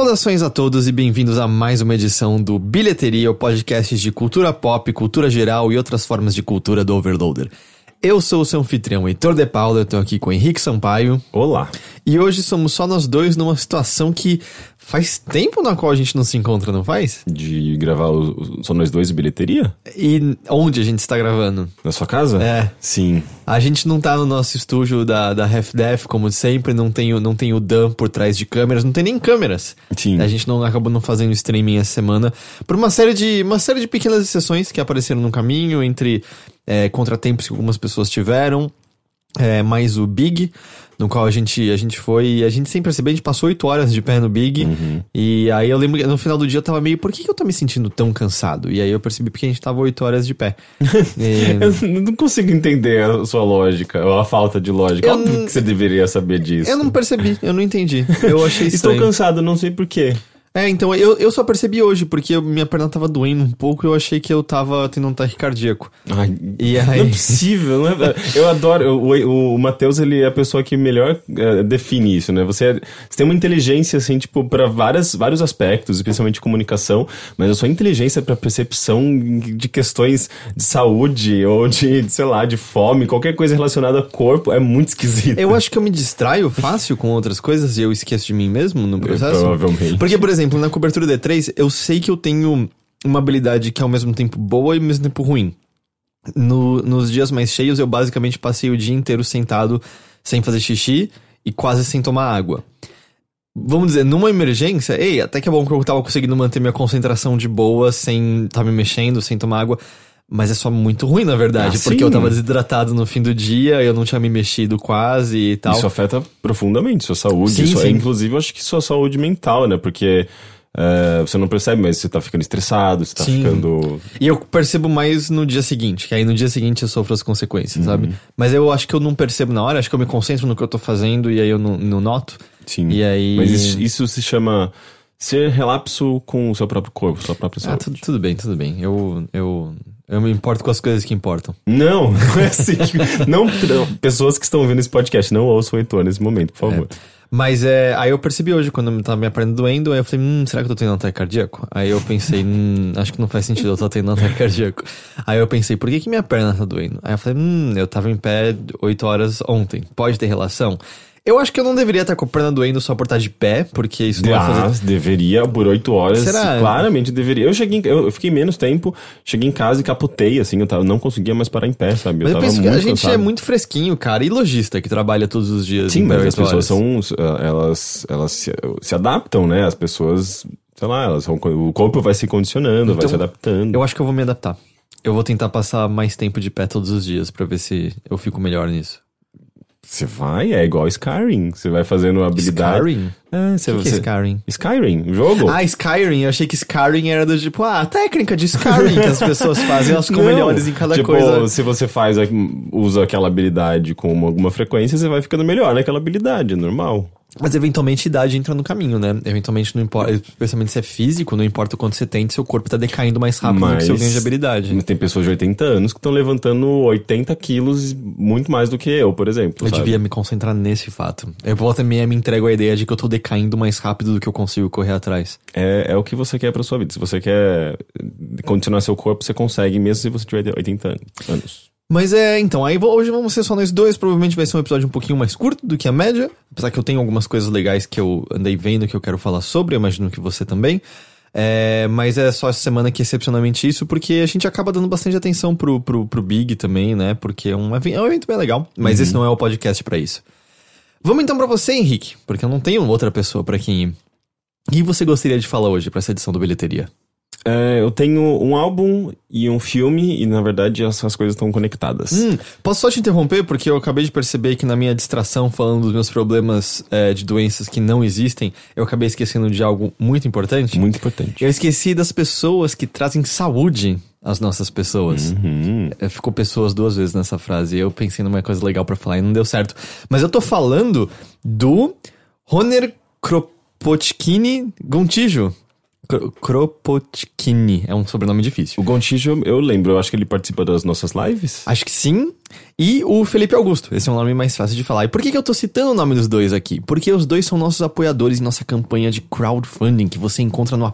Saudações a todos e bem-vindos a mais uma edição do Bilheteria, o podcast de cultura pop, cultura geral e outras formas de cultura do Overloader. Eu sou o seu anfitrião, Heitor de Paula, eu tô aqui com o Henrique Sampaio. Olá. E hoje somos só nós dois numa situação que faz tempo na qual a gente não se encontra, não faz? De gravar só nós dois em bilheteria? E onde a gente está gravando? Na sua casa? É. Sim. A gente não tá no nosso estúdio da Half-Death, como sempre, não tem o Dan por trás de câmeras, não tem nem câmeras. Sim. A gente acabou não fazendo streaming essa semana, por uma série de pequenas exceções que apareceram no caminho, entre contratempos que algumas pessoas tiveram, mais o Big, no qual a gente foi, e a gente sem perceber, a gente passou 8 horas de pé no Big, e aí eu lembro que no final do dia eu tava meio, por que eu tô me sentindo tão cansado? E aí eu percebi porque a gente tava 8 horas de pé. Eu não consigo entender a sua lógica, ou a falta de lógica. Óbvio que você deveria saber disso. Eu não percebi, eu não entendi. Eu achei estranho. Estou cansado, não sei porquê. Então, eu só percebi hoje, porque minha perna tava doendo um pouco e eu achei que eu tava tendo um ataque cardíaco. Ai, e aí... Não é possível, não é? Eu adoro, o Matheus, ele é a pessoa que melhor define isso, né? Você tem uma inteligência, assim, tipo, pra vários aspectos, especialmente comunicação, mas a sua inteligência pra percepção de questões de saúde ou sei lá, de fome, qualquer coisa relacionada ao corpo, é muito esquisita. Eu acho que eu me distraio fácil com outras coisas e eu esqueço de mim mesmo no processo. Provavelmente. Porque, por exemplo, na cobertura D3, eu sei que eu tenho uma habilidade que é ao mesmo tempo boa e ao mesmo tempo ruim. Nos dias mais cheios, eu basicamente passei o dia inteiro sentado sem fazer xixi e quase sem tomar água. Vamos dizer, numa emergência, até que é bom que eu tava conseguindo manter minha concentração de boa, sem estar me mexendo, sem tomar água. Mas é só muito ruim, na verdade, porque eu tava desidratado no fim do dia, eu não tinha me mexido quase e tal. Isso afeta profundamente sua saúde, sim. Inclusive eu acho que sua saúde mental, né? Porque você não percebe, mas você tá ficando estressado, você tá ficando... E eu percebo mais no dia seguinte, que aí no dia seguinte eu sofro as consequências, sabe? Mas eu acho que eu não percebo na hora, acho que eu me concentro no que eu tô fazendo e aí eu não noto. Sim, e aí... mas isso se chama... ser relapso com o seu próprio corpo, sua própria saúde. Tudo bem. Eu me importo com as coisas que importam. Não é assim. Pessoas que estão ouvindo esse podcast, não ouçam o Heitor nesse momento, por favor. Mas aí eu percebi hoje, quando tava minha perna doendo, aí eu falei, será que eu tô tendo um ataque cardíaco? Aí eu pensei, acho que não faz sentido eu estar tendo um ataque cardíaco. Aí eu pensei, por que minha perna tá doendo? Aí eu falei, eu tava em pé 8 horas ontem, pode ter relação? Eu acho que eu não deveria estar com a perna doendo só por estar de pé, porque isso não vai fazer... deveria, por 8 horas. Será? Claramente deveria. Eu fiquei menos tempo, cheguei em casa e capotei, assim, não conseguia mais parar em pé, sabe? Mas eu penso que a gente cansado. É muito fresquinho, cara, e lojista que trabalha todos os dias. Sim, mas as pessoas elas se adaptam, né? As pessoas, sei lá, o corpo vai se condicionando, vai se adaptando. Eu acho que eu vou me adaptar. Eu vou tentar passar mais tempo de pé todos os dias pra ver se eu fico melhor nisso. Você vai, é igual Skyrim. Você vai fazendo habilidade. Skyrim? O que é Skyrim? Skyrim, o jogo. Skyrim. Eu achei que Skyrim era do tipo, a técnica de Skyrim que as pessoas fazem, elas ficam melhores em cada coisa. Se você usa aquela habilidade com alguma frequência, você vai ficando melhor naquela habilidade, é normal. Mas eventualmente a idade entra no caminho, né? Eventualmente não importa, especialmente se é físico, não importa o quanto você tente, seu corpo tá decaindo mais rápido do que seu ganho de habilidade. Tem pessoas de 80 anos que estão levantando 80 quilos, muito mais do que eu, por exemplo. Eu devia me concentrar nesse fato. Eu volta e meia me entrego a ideia de que eu tô decaindo mais rápido do que eu consigo correr atrás. É o que você quer pra sua vida. Se você quer condicionar seu corpo, você consegue, mesmo se você tiver 80 anos. Mas então, aí hoje vamos ser só nós dois, provavelmente vai ser um episódio um pouquinho mais curto do que a média, apesar que eu tenho algumas coisas legais que eu andei vendo que eu quero falar sobre, eu imagino que você também, mas é só essa semana que excepcionalmente isso, porque a gente acaba dando bastante atenção pro Big também, né, porque é um evento bem legal, mas esse não é o podcast pra isso. Vamos então pra você, Henrique, porque eu não tenho outra pessoa pra quem ir. O que você gostaria de falar hoje pra essa edição do Bilheteria? Eu tenho um álbum e um filme, e na verdade essas coisas estão conectadas. Posso só te interromper? Porque eu acabei de perceber que na minha distração, falando dos meus problemas de doenças que não existem, eu acabei esquecendo de algo muito importante. Muito importante. Eu esqueci das pessoas que trazem saúde às nossas pessoas. Ficou pessoas 2 vezes nessa frase, e eu pensei numa coisa legal pra falar e não deu certo. Mas eu tô falando do Honer Kropotkin Gontijo. Kropotkin. É um sobrenome difícil. O Gontijo, eu lembro, eu acho que ele participa das nossas lives. Acho que sim. E o Felipe Augusto, esse é um nome mais fácil de falar. E por que eu tô citando o nome dos dois aqui? Porque os dois são nossos apoiadores em nossa campanha de crowdfunding, que você encontra no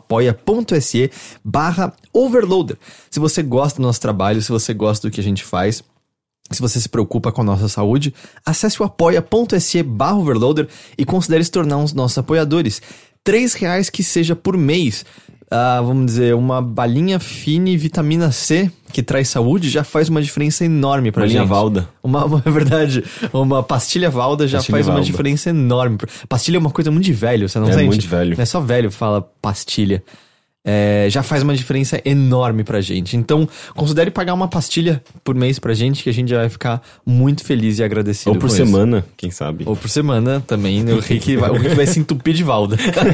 apoia.se/overloader. Se você gosta do nosso trabalho, se você gosta do que a gente faz, se você se preocupa com a nossa saúde, acesse o apoia.se/overloader e considere se tornar um dos nossos apoiadores. R$3 que seja por mês. Vamos dizer, uma balinha fine vitamina C que traz saúde já faz uma diferença enorme pra gente. Balinha Valda. É verdade, uma pastilha Valda já faz uma diferença enorme. Pastilha é uma coisa muito de velho, você não sente? É muito velho. Não é só velho que fala pastilha. Já faz uma diferença enorme pra gente. Então, considere pagar uma pastilha por mês pra gente, que a gente já vai ficar muito feliz e agradecido. Ou por semana, quem sabe. Ou por semana também, né? O Rick vai se entupir de Valda.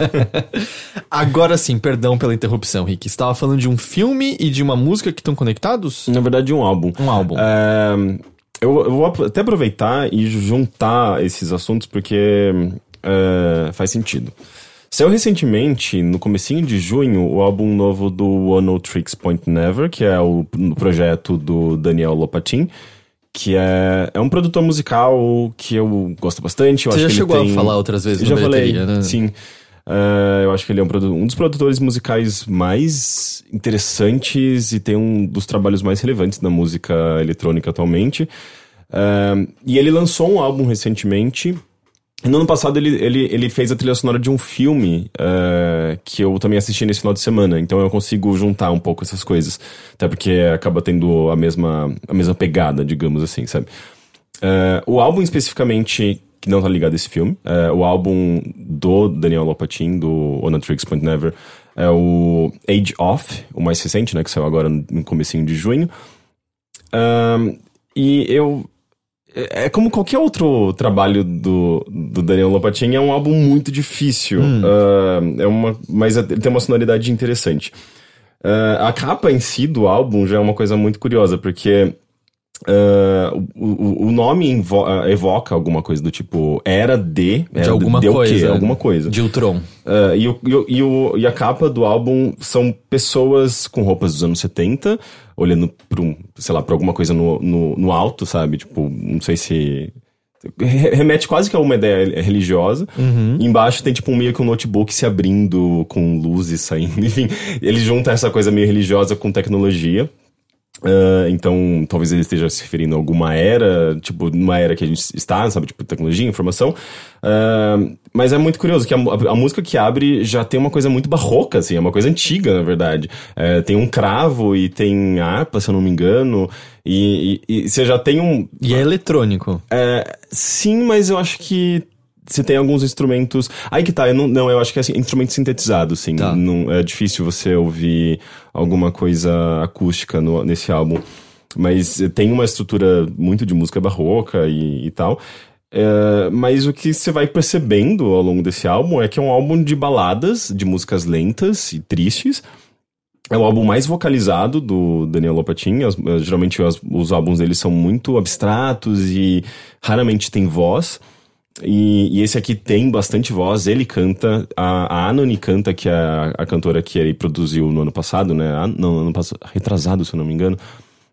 Agora sim, perdão pela interrupção, Rick. Você estava falando de um filme e de uma música que estão conectados? Na verdade, um álbum. Um álbum. Eu vou até aproveitar e juntar esses assuntos porque faz sentido. Saiu recentemente, no comecinho de junho, o álbum novo do One Tricks Point Never, que é o projeto do Daniel Lopatin, que é um produtor musical que eu gosto bastante. Você já chegou a falar outras vezes na bilheteria, falei, né? Sim. Eu acho que ele é um dos produtores musicais mais interessantes e tem um dos trabalhos mais relevantes da música eletrônica atualmente. E ele lançou um álbum recentemente. No ano passado ele fez a trilha sonora de um filme que eu também assisti nesse final de semana, então eu consigo juntar um pouco essas coisas, até porque acaba tendo a mesma pegada, digamos assim, sabe? O álbum especificamente, que não tá ligado a esse filme, o álbum do Daniel Lopatin, do On a Tricks Point Never, é o Age Off, o mais recente, né, que saiu agora no comecinho de junho. É como qualquer outro trabalho do Daniel Lopatin, é um álbum muito difícil. Mas ele tem uma sonoridade interessante. A capa em si do álbum já é uma coisa muito curiosa, porque o nome evoca alguma coisa do tipo era de alguma coisa. O quê? Alguma coisa. De Ultron. E a capa do álbum são pessoas com roupas dos anos 70, olhando pra alguma coisa no alto, sabe? Tipo, não sei se... Remete quase que a uma ideia religiosa. Uhum. E embaixo tem tipo meio que um notebook se abrindo com luzes saindo. Enfim, ele junta essa coisa meio religiosa com tecnologia. Então, talvez ele esteja se referindo a alguma era, tipo, numa era que a gente está, sabe, tipo, tecnologia, informação. Mas é muito curioso que a música que abre já tem uma coisa muito barroca, assim, é uma coisa antiga, na verdade. Tem um cravo e tem harpa, se eu não me engano, e você já tem um... E é eletrônico. Sim, mas eu acho que você tem alguns instrumentos... Aí que tá, eu acho que é assim, instrumento sintetizado, sim. Tá. Não, é difícil você ouvir alguma coisa acústica nesse álbum. Mas tem uma estrutura muito de música barroca e tal. Mas o que você vai percebendo ao longo desse álbum é que é um álbum de baladas, de músicas lentas e tristes. É o álbum mais vocalizado do Daniel Lopatin. Geralmente os álbuns dele são muito abstratos e raramente tem voz. E esse aqui tem bastante voz, ele canta, a Anony canta, que é a cantora que ele produziu no ano passado, né? Não, ano passado, retrasado, se eu não me engano.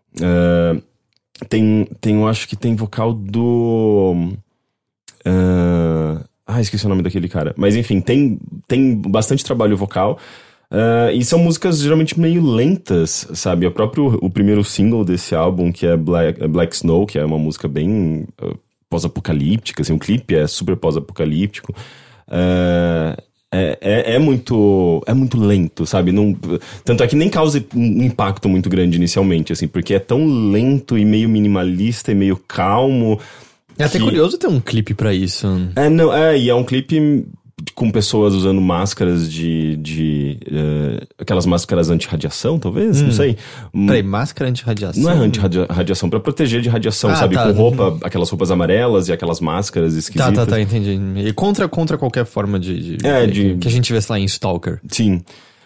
Eu acho que tem vocal do... esqueci o nome daquele cara. Mas enfim, tem bastante trabalho vocal. E são músicas geralmente meio lentas, sabe? O primeiro single desse álbum, que é Black Snow, que é uma música bem... pós-apocalíptica, assim, o clipe é super pós-apocalíptico. É muito lento, sabe? Tanto é que nem causa um impacto muito grande inicialmente, assim, porque é tão lento e meio minimalista e meio calmo. É até curioso ter um clipe pra isso. E é um clipe com pessoas usando máscaras aquelas máscaras anti-radiação, talvez? Não sei. Peraí, máscara anti-radiação? Não é anti-radiação, pra proteger de radiação, sabe? Tá. Com aquelas roupas amarelas e aquelas máscaras esquisitas. Tá, entendi. E contra qualquer forma que a gente vê, sei lá, em Stalker. Sim.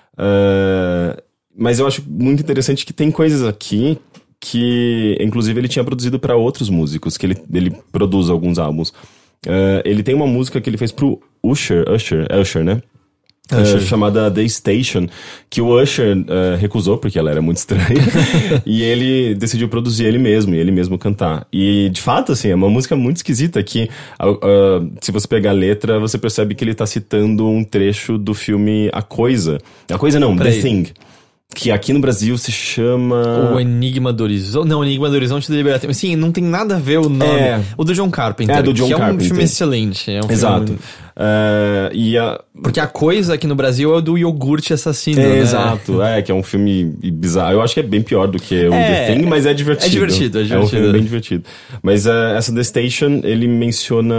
Mas eu acho muito interessante que tem coisas aqui que, inclusive, ele tinha produzido pra outros músicos, que ele produz alguns álbuns. Ele tem uma música que ele fez pro Usher, né? chamada The Station, que o Usher recusou, porque ela era muito estranha, e ele decidiu produzir ele mesmo, e ele mesmo cantar. E, de fato, assim, é uma música muito esquisita, que se você pegar a letra, você percebe que ele tá citando um trecho do filme A Coisa. A Coisa não, The Thing. Que aqui no Brasil se chama... O Enigma do Horizonte. Não, o Enigma do Horizonte da Liberdade. Sim, não tem nada a ver o nome. O do John Carpenter. Do John Carpenter. É um filme excelente. É um Exato. Filme... Porque A Coisa aqui no Brasil é o do iogurte assassino, né? Exato. Que é um filme bizarro. Eu acho que é bem pior do que o The Thing, mas é divertido. É divertido. É um filme bem divertido. Mas essa The Station, ele menciona...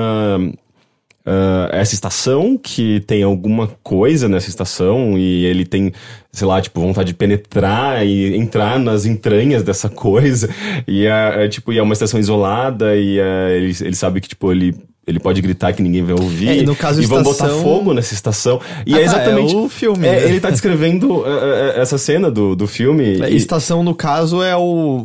essa estação, que tem alguma coisa nessa estação, e ele tem, sei lá, tipo, vontade de penetrar e entrar nas entranhas dessa coisa, e é uma estação isolada, e ele sabe que, tipo, ele pode gritar que ninguém vai ouvir, no caso, e vão botar fogo nessa estação. E é exatamente... É o filme. Né? Ele tá descrevendo essa cena do filme. Estação, no caso, é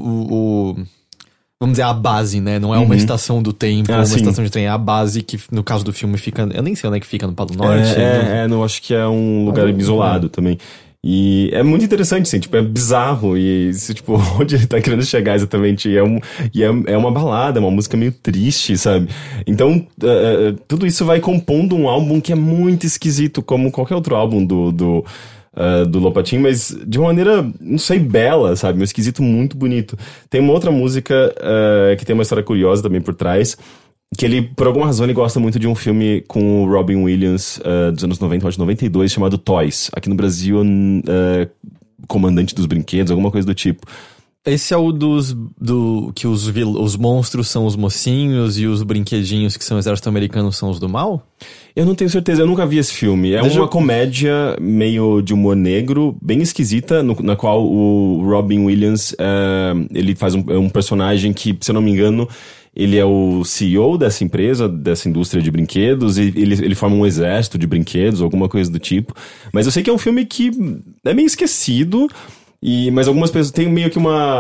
vamos dizer, a base, né? Não é uma estação do tempo, uma estação de trem. É a base que, no caso do filme, fica... Eu nem sei onde é que fica, no Polo Norte. Não, acho que é um lugar isolado também. E é muito interessante, assim, tipo, é bizarro. E, tipo, onde ele tá querendo chegar exatamente. É uma balada, é uma música meio triste, sabe? Então, tudo isso vai compondo um álbum que é muito esquisito, como qualquer outro álbum do Lopatin, mas de uma maneira, não sei, bela, sabe? Um esquisito muito bonito. Tem uma outra música que tem uma história curiosa também por trás, que ele, por alguma razão, ele gosta muito de um filme com o Robin Williams dos anos 90, acho 92, chamado Toys. Aqui no Brasil, Comandante dos Brinquedos, alguma coisa do tipo. Esse é o que os monstros são os mocinhos e os brinquedinhos que são o exército americano são os do mal? Eu não tenho certeza, eu nunca vi esse filme. É uma comédia meio de humor negro, bem esquisita, na qual o Robin Williams, ele faz um personagem que, se eu não me engano, ele é o CEO dessa empresa, dessa indústria de brinquedos, e ele forma um exército de brinquedos, alguma coisa do tipo. Mas eu sei que é um filme que é meio esquecido, mas algumas pessoas têm meio que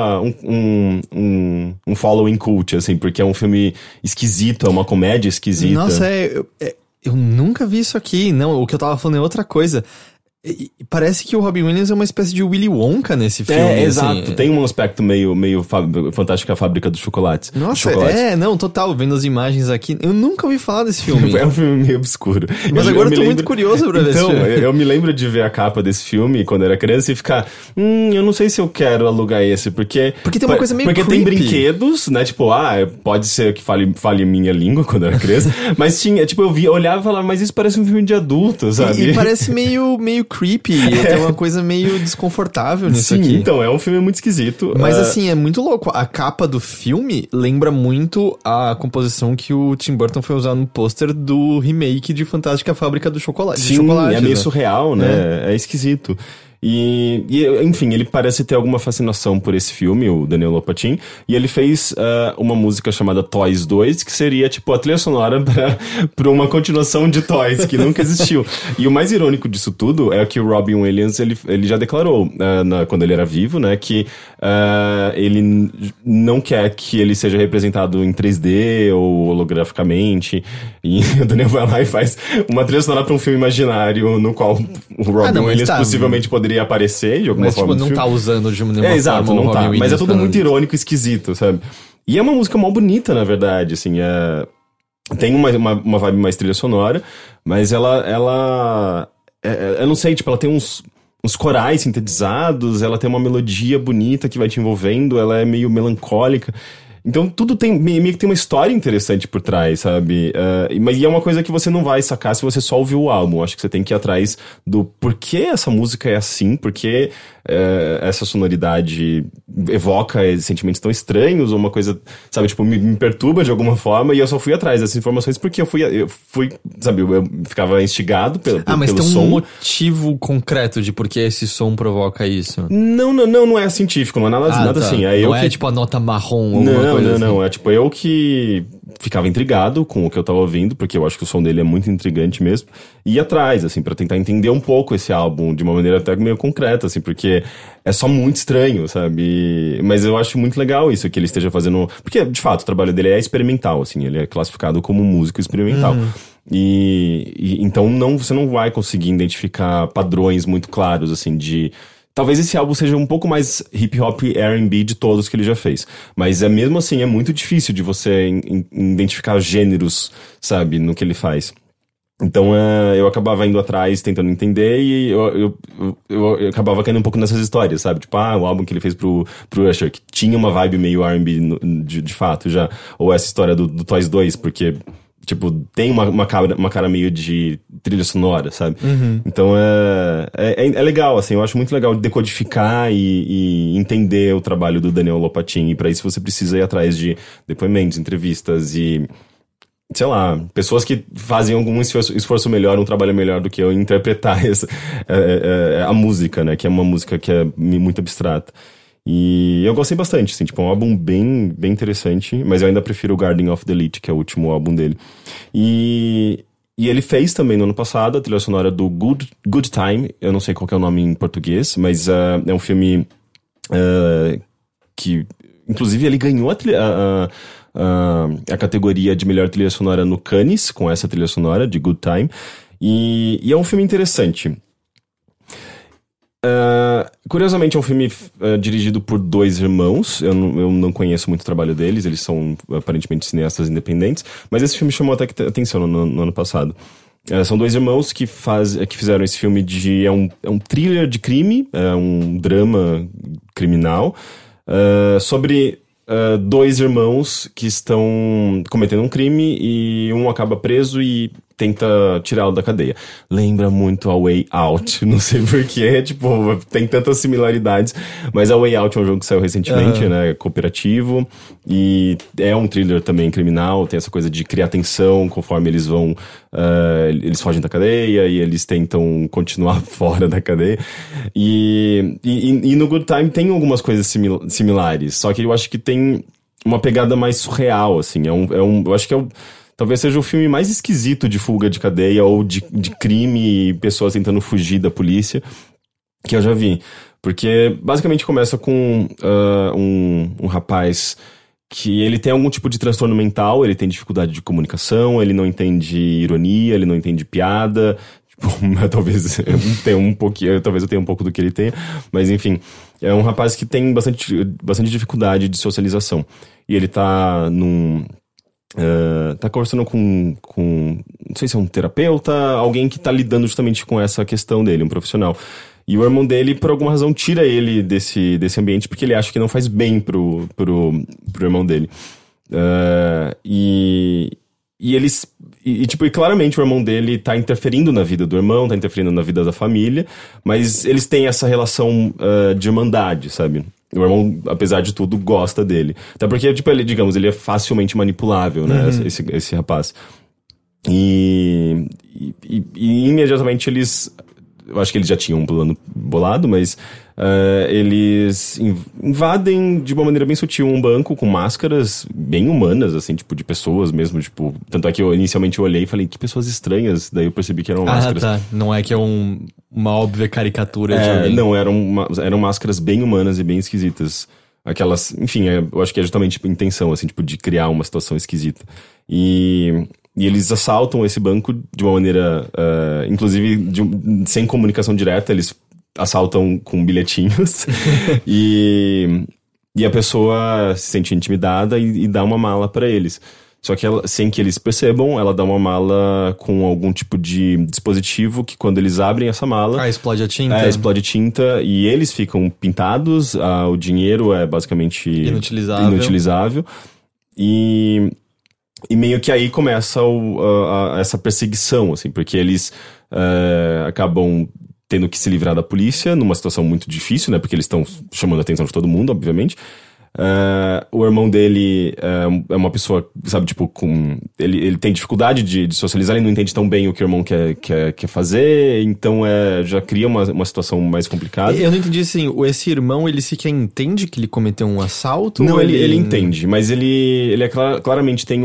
um following cult, assim, porque é um filme esquisito, é uma comédia esquisita. Nossa, eu nunca vi isso aqui. Não, o que eu tava falando é outra coisa. Parece que o Robin Williams é uma espécie de Willy Wonka nesse filme. Exato. Assim. Tem um aspecto meio Fantástica Fábrica dos Chocolates. Nossa, não, total. Vendo as imagens aqui, eu nunca ouvi falar desse filme. É um filme meio obscuro. Mas agora eu tô muito curioso pra ver esse filme. Eu me lembro de ver a capa desse filme quando eu era criança e ficar... eu não sei se eu quero alugar esse, porque... Porque tem uma coisa meio Porque creepy. tem brinquedos, né? Tipo, pode ser que fale minha língua quando eu era criança. Mas tinha, tipo, eu olhava e falava, mas isso parece um filme de adulto, sabe? E parece meio creepy. Tem uma coisa meio desconfortável nisso aqui. Sim, então, é um filme muito esquisito. Mas assim, é muito louco. A capa do filme lembra muito a composição que o Tim Burton foi usar no pôster do remake de Fantástica Fábrica do Chocolate. Sim, é meio surreal, né? É esquisito. E, enfim, ele parece ter alguma fascinação por esse filme, o Daniel Lopatin, e ele fez uma música chamada Toys 2, que seria tipo a trilha sonora pra uma continuação de Toys, que nunca existiu. E o mais irônico disso tudo é que o Robin Williams, ele já declarou, quando ele era vivo, né, que ele não quer que ele seja representado em 3D ou holograficamente, e o Daniel vai lá e faz uma trilha sonora pra um filme imaginário no qual o Robin Williams possivelmente poderia aparecer de alguma forma. Mas, tipo, não tá usando de nenhuma exato, forma não tá. Williams, mas é tudo muito irônico e esquisito, sabe? E é uma música mal bonita, na verdade, assim, tem uma vibe mais trilha sonora, mas ela eu não sei, tipo, ela tem uns corais sintetizados, ela tem uma melodia bonita que vai te envolvendo, ela é meio melancólica. Então tudo meio que tem uma história interessante por trás, sabe? Mas é uma coisa que você não vai sacar se você só ouvir o álbum. Acho que você tem que ir atrás do porquê essa música é assim, porquê essa sonoridade evoca sentimentos tão estranhos, ou uma coisa, sabe, tipo, me perturba de alguma forma, e eu só fui atrás dessas informações porque eu fui, sabe, eu ficava instigado pelo mas tem som. Um motivo concreto de por que esse som provoca isso? Não é científico, não é nada assim. Não é tipo a nota marrom ou alguma coisa assim. Não, é tipo eu que ficava intrigado com o que eu tava ouvindo, porque eu acho que o som dele é muito intrigante mesmo, e ia atrás, assim, pra tentar entender um pouco esse álbum de uma maneira até meio concreta, assim, porque é só muito estranho, sabe? Mas eu acho muito legal isso, que ele esteja fazendo... Porque, de fato, o trabalho dele é experimental, assim, ele é classificado como músico experimental. Então você não vai conseguir identificar padrões muito claros, assim, de... Talvez esse álbum seja um pouco mais hip-hop e R&B de todos que ele já fez. Mas mesmo assim, é muito difícil de você identificar gêneros, sabe, no que ele faz. Então eu acabava indo atrás, tentando entender, e eu acabava caindo um pouco nessas histórias, sabe? Tipo, o álbum que ele fez pro Usher, que tinha uma vibe meio R&B de fato já. Ou essa história do Toys 2, porque... Tipo, tem uma cara meio de trilha sonora, sabe? Uhum. Então é legal, assim, eu acho muito legal decodificar e entender o trabalho do Daniel Lopatin. E pra isso você precisa ir atrás de depoimentos, entrevistas e, sei lá, pessoas que fazem algum esforço melhor, um trabalho melhor do que eu em interpretar a música, né? Que é uma música que é muito abstrata. E eu gostei bastante, assim, tipo, é um álbum bem, bem interessante, mas eu ainda prefiro o Garden of the Elite, que é o último álbum dele. E ele fez também no ano passado a trilha sonora do Good Time, eu não sei qual que é o nome em português, mas é um filme que, inclusive, ele ganhou a categoria de melhor trilha sonora no Cannes, com essa trilha sonora de Good Time, e é um filme interessante. Curiosamente é um filme dirigido por dois irmãos. Eu não conheço muito o trabalho deles. Eles são aparentemente cineastas independentes. Mas esse filme chamou até atenção no ano passado. São dois irmãos que fizeram esse filme é um thriller de crime, um drama criminal, sobre dois irmãos que estão cometendo um crime e um acaba preso e tenta tirá-lo da cadeia. Lembra muito a Way Out, não sei porquê, tipo, tem tantas similaridades, mas a Way Out é um jogo que saiu recentemente, né, cooperativo, e é um thriller também criminal, tem essa coisa de criar tensão conforme eles vão, eles fogem da cadeia e eles tentam continuar fora da cadeia, e no Good Time tem algumas coisas similares, só que eu acho que tem uma pegada mais surreal, assim, eu acho que talvez seja o filme mais esquisito de fuga de cadeia ou de crime e pessoas tentando fugir da polícia que eu já vi. Porque basicamente começa com um rapaz que ele tem algum tipo de transtorno mental, ele tem dificuldade de comunicação, ele não entende ironia, ele não entende piada. Tipo, talvez eu tenha um pouquinho, talvez eu tenha um pouco do que ele tem, mas enfim, é um rapaz que tem bastante dificuldade de socialização. E ele tá tá conversando com não sei se é um terapeuta, alguém que tá lidando justamente com essa questão dele, um profissional. E o irmão dele, por alguma razão, tira ele desse ambiente porque ele acha que não faz bem pro irmão dele. E claramente o irmão dele tá interferindo na vida do irmão, tá interferindo na vida da família, mas eles têm essa relação de irmandade, sabe? O irmão, apesar de tudo, gosta dele. Até porque, tipo, ele é facilmente manipulável, né? Uhum. Esse rapaz. E imediatamente eu acho que eles já tinham um plano bolado, mas eles invadem de uma maneira bem sutil um banco com máscaras bem humanas, assim, tipo, de pessoas mesmo, tipo... Tanto é que eu inicialmente olhei e falei, que pessoas estranhas, daí eu percebi que eram máscaras. Tá. Não é que é uma óbvia caricatura de alguém. Não, eram máscaras bem humanas e bem esquisitas. Aquelas, enfim, eu acho que é justamente tipo, a intenção, assim, tipo, de criar uma situação esquisita. E eles assaltam esse banco de uma maneira, inclusive, sem comunicação direta, eles assaltam com bilhetinhos. e a pessoa se sente intimidada e dá uma mala pra eles. Só que sem que eles percebam, ela dá uma mala com algum tipo de dispositivo que quando eles abrem essa mala... explode a tinta. Explode tinta e eles ficam pintados, o dinheiro é basicamente... Inutilizável. E meio que aí começa essa perseguição, assim, porque eles acabam tendo que se livrar da polícia numa situação muito difícil, né? Porque eles estão chamando a atenção de todo mundo, obviamente. O irmão dele é uma pessoa, sabe, tipo, ele tem dificuldade de socializar, ele não entende tão bem o que o irmão quer fazer, então já cria uma situação mais complicada. Eu não entendi, assim, esse irmão, ele sequer entende que ele cometeu um assalto? Não, ele entende, mas ele claramente tem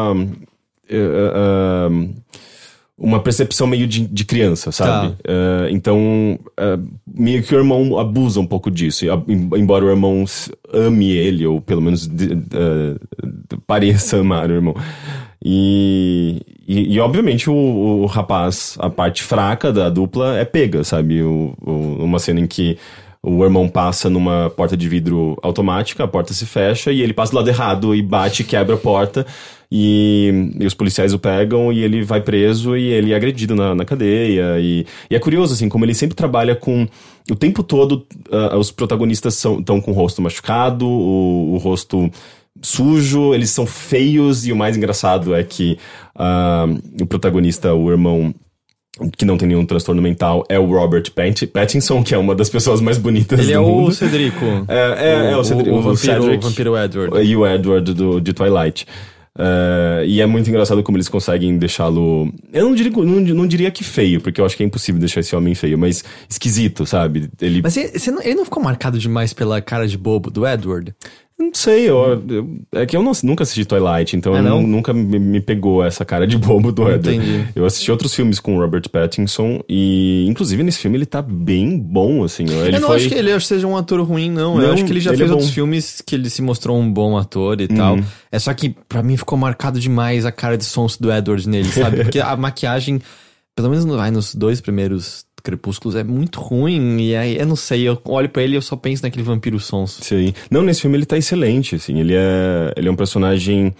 uma percepção meio de criança, sabe? Tá. Então, meio que o irmão abusa um pouco disso. Embora o irmão ame ele, ou pelo menos pareça amar o irmão. E E obviamente o rapaz, a parte fraca da dupla é pega, sabe? Uma cena em que o irmão passa numa porta de vidro automática, a porta se fecha e ele passa do lado errado e bate e quebra a porta. E os policiais o pegam e ele vai preso e ele é agredido na cadeia. E é curioso, assim, como ele sempre trabalha com... O tempo todo, os protagonistas estão com o rosto machucado, o rosto sujo, eles são feios. E o mais engraçado é que o protagonista, o irmão... que não tem nenhum transtorno mental, é o Robert Pattinson, que é uma das pessoas mais bonitas do mundo. Ele é o Cedrico. O Cedrico. O vampiro Edward. E o Edward de Twilight. E é muito engraçado como eles conseguem deixá-lo... Eu não diria que feio, porque eu acho que é impossível deixar esse homem feio, mas esquisito, sabe? Mas ele não ficou marcado demais pela cara de bobo do Edward? Não sei, é que eu nunca assisti Twilight, então nunca me pegou essa cara de bobo do Edward. Entendi. Eu assisti outros filmes com o Robert Pattinson e, inclusive, nesse filme ele tá bem bom, assim. Eu não acho que ele seja um ator ruim, não. Eu acho que ele já fez outros filmes que ele se mostrou um bom ator e tal. É só que, pra mim, ficou marcado demais a cara de sonso do Edward nele, sabe? Porque a maquiagem, pelo menos nos 2 primeiros Crepúsculos, é muito ruim. E aí, eu não sei, eu olho pra ele e eu só penso naquele vampiro sonso. Sim. Não, nesse filme ele tá excelente, assim. Ele é um personagem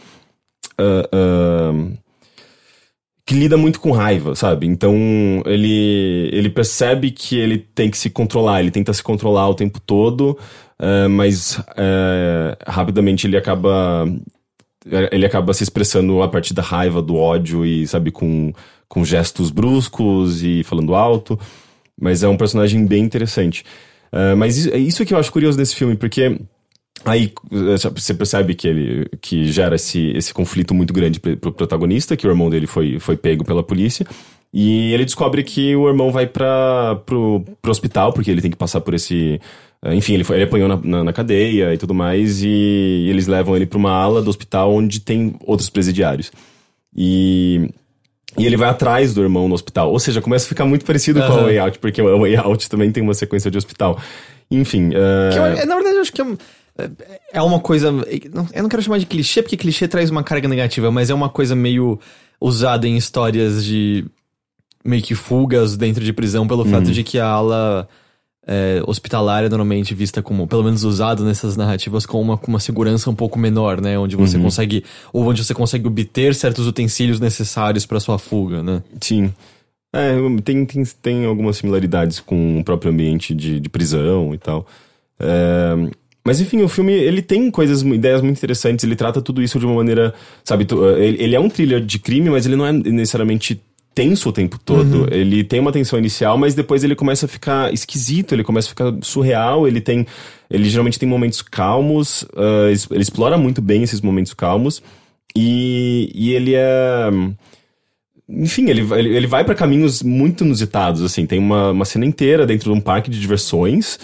que lida muito com raiva, sabe? Então, ele percebe que ele tem que se controlar, ele tenta se controlar o tempo todo, mas rapidamente ele acaba se expressando a partir da raiva, do ódio e, sabe, com gestos bruscos e falando alto. Mas é um personagem bem interessante. Mas isso que eu acho curioso desse filme, porque aí você percebe que gera esse conflito muito grande pro protagonista, que o irmão dele foi pego pela polícia. E ele descobre que o irmão vai pro hospital, porque ele tem que passar por esse... Enfim, ele apanhou na cadeia e tudo mais, e eles levam ele pra uma ala do hospital onde tem outros presidiários. E ele vai atrás do irmão no hospital. Ou seja, começa a ficar muito parecido com a Way Out, porque a Way Out também tem uma sequência de hospital. Enfim... na verdade, eu acho que é uma coisa... Eu não quero chamar de clichê, porque clichê traz uma carga negativa, mas é uma coisa meio usada em histórias de... meio que fugas dentro de prisão, pelo fato de que a ala... hospitalar é normalmente vista como, pelo menos usado nessas narrativas, com uma segurança um pouco menor, né? Onde você consegue, ou onde você consegue obter certos utensílios necessários pra sua fuga, né? Sim. Tem algumas similaridades com o próprio ambiente de prisão e tal. Mas enfim, o filme, ele tem ideias muito interessantes, ele trata tudo isso de uma maneira, sabe, ele é um thriller de crime, mas ele não é necessariamente tenso o tempo todo. Ele tem uma tensão inicial, mas depois ele começa a ficar esquisito, ele começa a ficar surreal, ele geralmente tem momentos calmos, ele explora muito bem esses momentos calmos, e ele é... Enfim, ele vai pra caminhos muito inusitados, assim, tem uma cena inteira dentro de um parque de diversões.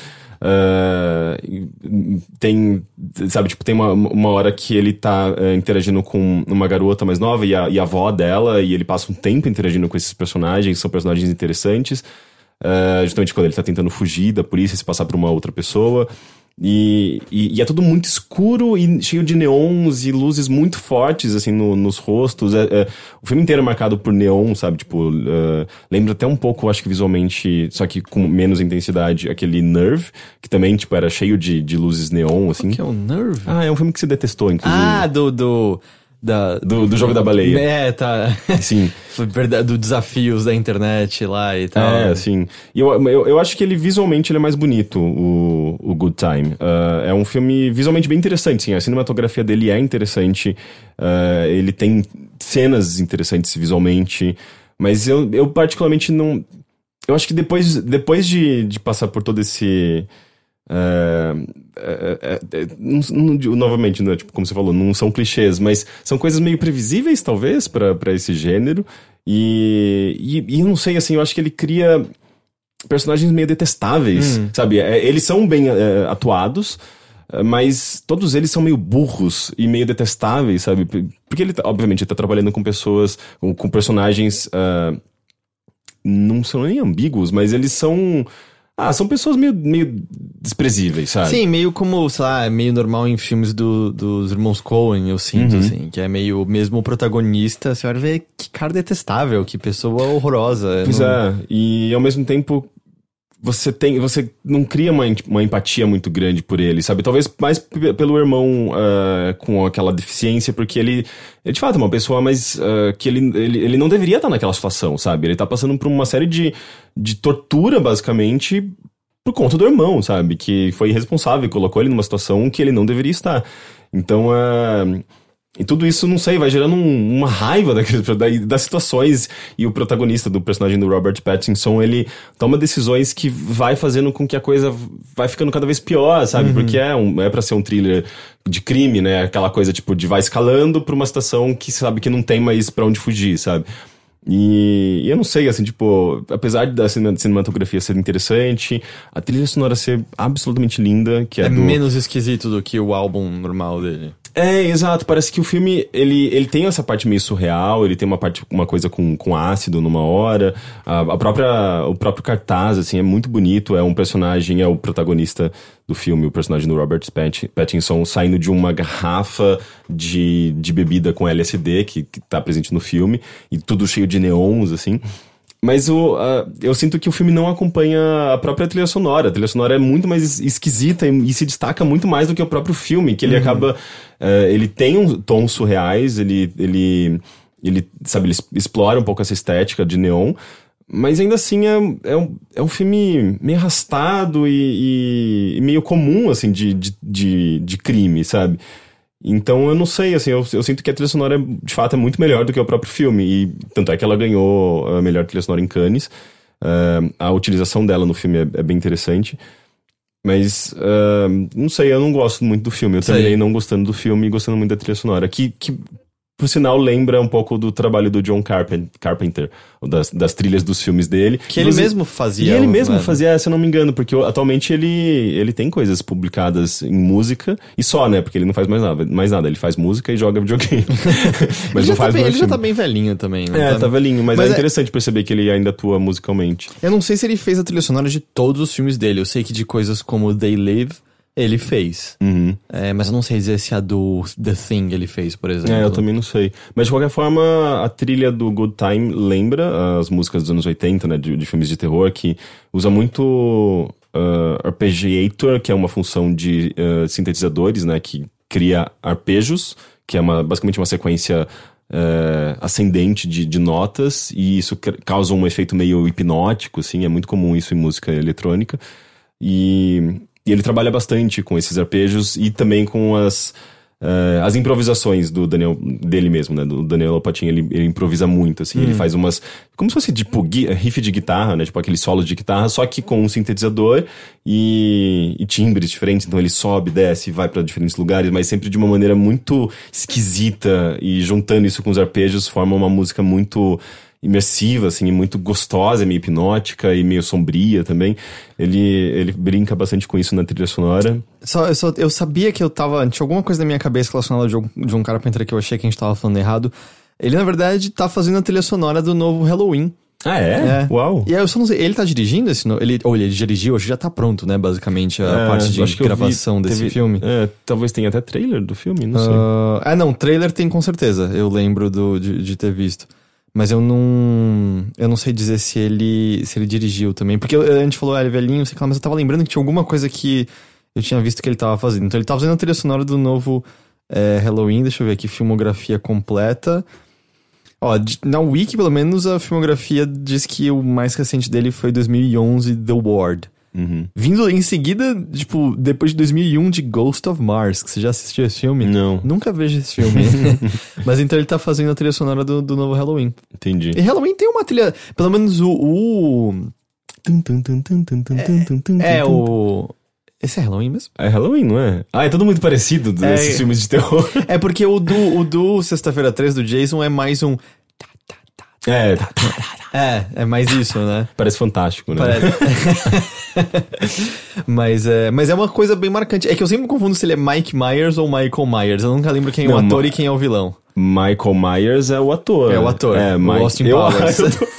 Tem, sabe, tipo, tem uma hora que ele tá interagindo com uma garota mais nova e a avó dela, e ele passa um tempo interagindo com esses personagens, são personagens interessantes, justamente quando ele tá tentando fugir da polícia e se passar por uma outra pessoa. E é tudo muito escuro e cheio de neons e luzes muito fortes, assim, nos rostos. O filme inteiro é marcado por neon, sabe? Tipo, lembra até um pouco, acho que visualmente, só que com menos intensidade, aquele Nerve, que também, tipo, era cheio de luzes neon, assim. O que é o Nerve? É um filme que você detestou, inclusive. Do jogo da baleia. Tá. Sim. Do desafios da internet lá e tal. Sim. E eu acho que visualmente ele é mais bonito, o Good Time. É um filme visualmente bem interessante, sim. A cinematografia dele é interessante. Ele tem cenas interessantes visualmente. Mas eu particularmente não... Eu acho que depois de passar por todo esse... novamente, né, tipo, como você falou, não são clichês, mas são coisas meio previsíveis, talvez, pra esse gênero. E eu não sei, assim, eu acho que ele cria personagens meio detestáveis, sabe? Eles são bem atuados, mas todos eles são meio burros e meio detestáveis, sabe? Porque ele, obviamente, tá trabalhando com pessoas, com personagens... não são nem ambíguos, mas eles são... são pessoas meio desprezíveis, sabe? Sim, meio como, sei lá, é meio normal em filmes dos irmãos Coen, eu sinto, assim, que é meio, mesmo o protagonista, você vai ver que cara detestável, que pessoa horrorosa. Pois é, e ao mesmo tempo você não cria uma empatia muito grande por ele, sabe? Talvez mais pelo irmão com aquela deficiência, porque ele de fato é uma pessoa, mas que ele não deveria estar naquela situação, sabe? Ele tá passando por uma série de tortura, basicamente, por conta do irmão, sabe? Que foi irresponsável e colocou ele numa situação que ele não deveria estar. Então, e tudo isso, não sei, vai gerando uma raiva das situações. E o protagonista do personagem do Robert Pattinson, ele toma decisões que vai fazendo com que a coisa vai ficando cada vez pior, sabe? Porque é pra ser um thriller de crime, né? Aquela coisa, tipo, de vai escalando pra uma situação que sabe que não tem mais pra onde fugir, sabe? E eu não sei, assim, tipo, apesar da cinematografia ser interessante, a trilha sonora ser absolutamente linda, que é menos esquisito do que o álbum normal dele. Exato, parece que o filme, ele tem essa parte meio surreal, ele tem uma coisa com ácido numa hora, o próprio cartaz, assim, é muito bonito, é um personagem, é o protagonista do filme, o personagem do Robert Pattinson, saindo de uma garrafa de bebida com LSD, que tá presente no filme, e tudo cheio de neons, assim. Mas eu sinto que o filme não acompanha a própria trilha sonora. A trilha sonora é muito mais esquisita e se destaca muito mais do que o próprio filme, que ele acaba... ele tem tons surreais, ele sabe, ele explora um pouco essa estética de neon, mas ainda assim é um filme meio arrastado e meio comum, assim, de crime, sabe? Então eu não sei, assim, eu sinto que a trilha sonora de fato é muito melhor do que o próprio filme, e tanto é que ela ganhou a melhor trilha sonora em Cannes. A utilização dela no filme é bem interessante, mas não sei, eu não gosto muito do filme, eu terminei não gostando do filme e gostando muito da trilha sonora, que por sinal lembra um pouco do trabalho do John Carpenter, das trilhas dos filmes dele. Que ele mesmo fazia. E ele mesmo fazia, se eu não me engano, porque atualmente ele tem coisas publicadas em música, e só, né, porque ele não faz mais nada, ele faz música e joga videogame. Mas ele já tá bem velhinho também, né? Tá velhinho, mas é interessante perceber que ele ainda atua musicalmente. Eu não sei se ele fez a trilha sonora de todos os filmes dele, eu sei que de coisas como They Live... ele fez. Mas eu não sei dizer se a do The Thing ele fez, por exemplo. Eu também não sei. Mas de qualquer forma, a trilha do Good Time lembra as músicas dos anos 80, né? De filmes de terror, que usa muito arpeggiator, que é uma função de sintetizadores, né? Que cria arpejos, que é basicamente uma sequência ascendente de notas, e isso causa um efeito meio hipnótico, assim. É muito comum isso em música eletrônica. E ele trabalha bastante com esses arpejos e também com as improvisações dele mesmo, né? Do Daniel Lopatin, ele improvisa muito, assim. Ele faz umas... como se fosse, tipo, riff de guitarra, né? Tipo, aqueles solos de guitarra, só que com um sintetizador e timbres diferentes. Então ele sobe, desce, vai pra diferentes lugares, mas sempre de uma maneira muito esquisita. E juntando isso com os arpejos, forma uma música muito imersiva, assim, e muito gostosa, meio hipnótica e meio sombria também. Ele brinca bastante com isso na trilha sonora. Eu sabia que tinha alguma coisa na minha cabeça relacionada ao John Carpenter que eu achei que a gente tava falando errado. Ele, na verdade, tá fazendo a trilha sonora do novo Halloween. Ah, é? Uau! E aí eu só não sei, ele tá dirigindo esse novo... Ele dirigiu, acho que já tá pronto, né, basicamente, a parte de gravação desse filme. Talvez tenha até trailer do filme, não sei. Não, trailer tem com certeza, eu lembro de ter visto. Mas eu não sei dizer se ele dirigiu também. Porque a gente falou, ele é velhinho, sei lá, mas eu tava lembrando que tinha alguma coisa que eu tinha visto que ele tava fazendo. Então ele tava fazendo a trilha sonora do novo Halloween, deixa eu ver aqui, filmografia completa. Ó, na Wiki, pelo menos, a filmografia diz que o mais recente dele foi 2011, The Ward. Vindo em seguida, tipo, depois de 2001, de Ghost of Mars, que você já assistiu esse filme? Não. Nunca vejo esse filme. Mas então ele tá fazendo a trilha sonora do novo Halloween. Entendi. E Halloween tem uma trilha, pelo menos esse é Halloween mesmo? É Halloween, não é? É tudo muito parecido desses filmes de terror. É porque o do Sexta-feira 13 do Jason é mais um... É mais isso, né? Parece fantástico, né? Mas é uma coisa bem marcante. É que eu sempre confundo se ele é Mike Myers ou Michael Myers. Eu nunca lembro quem é o ator e quem é o vilão. Michael Myers é o ator. É o ator. O Austin Powers.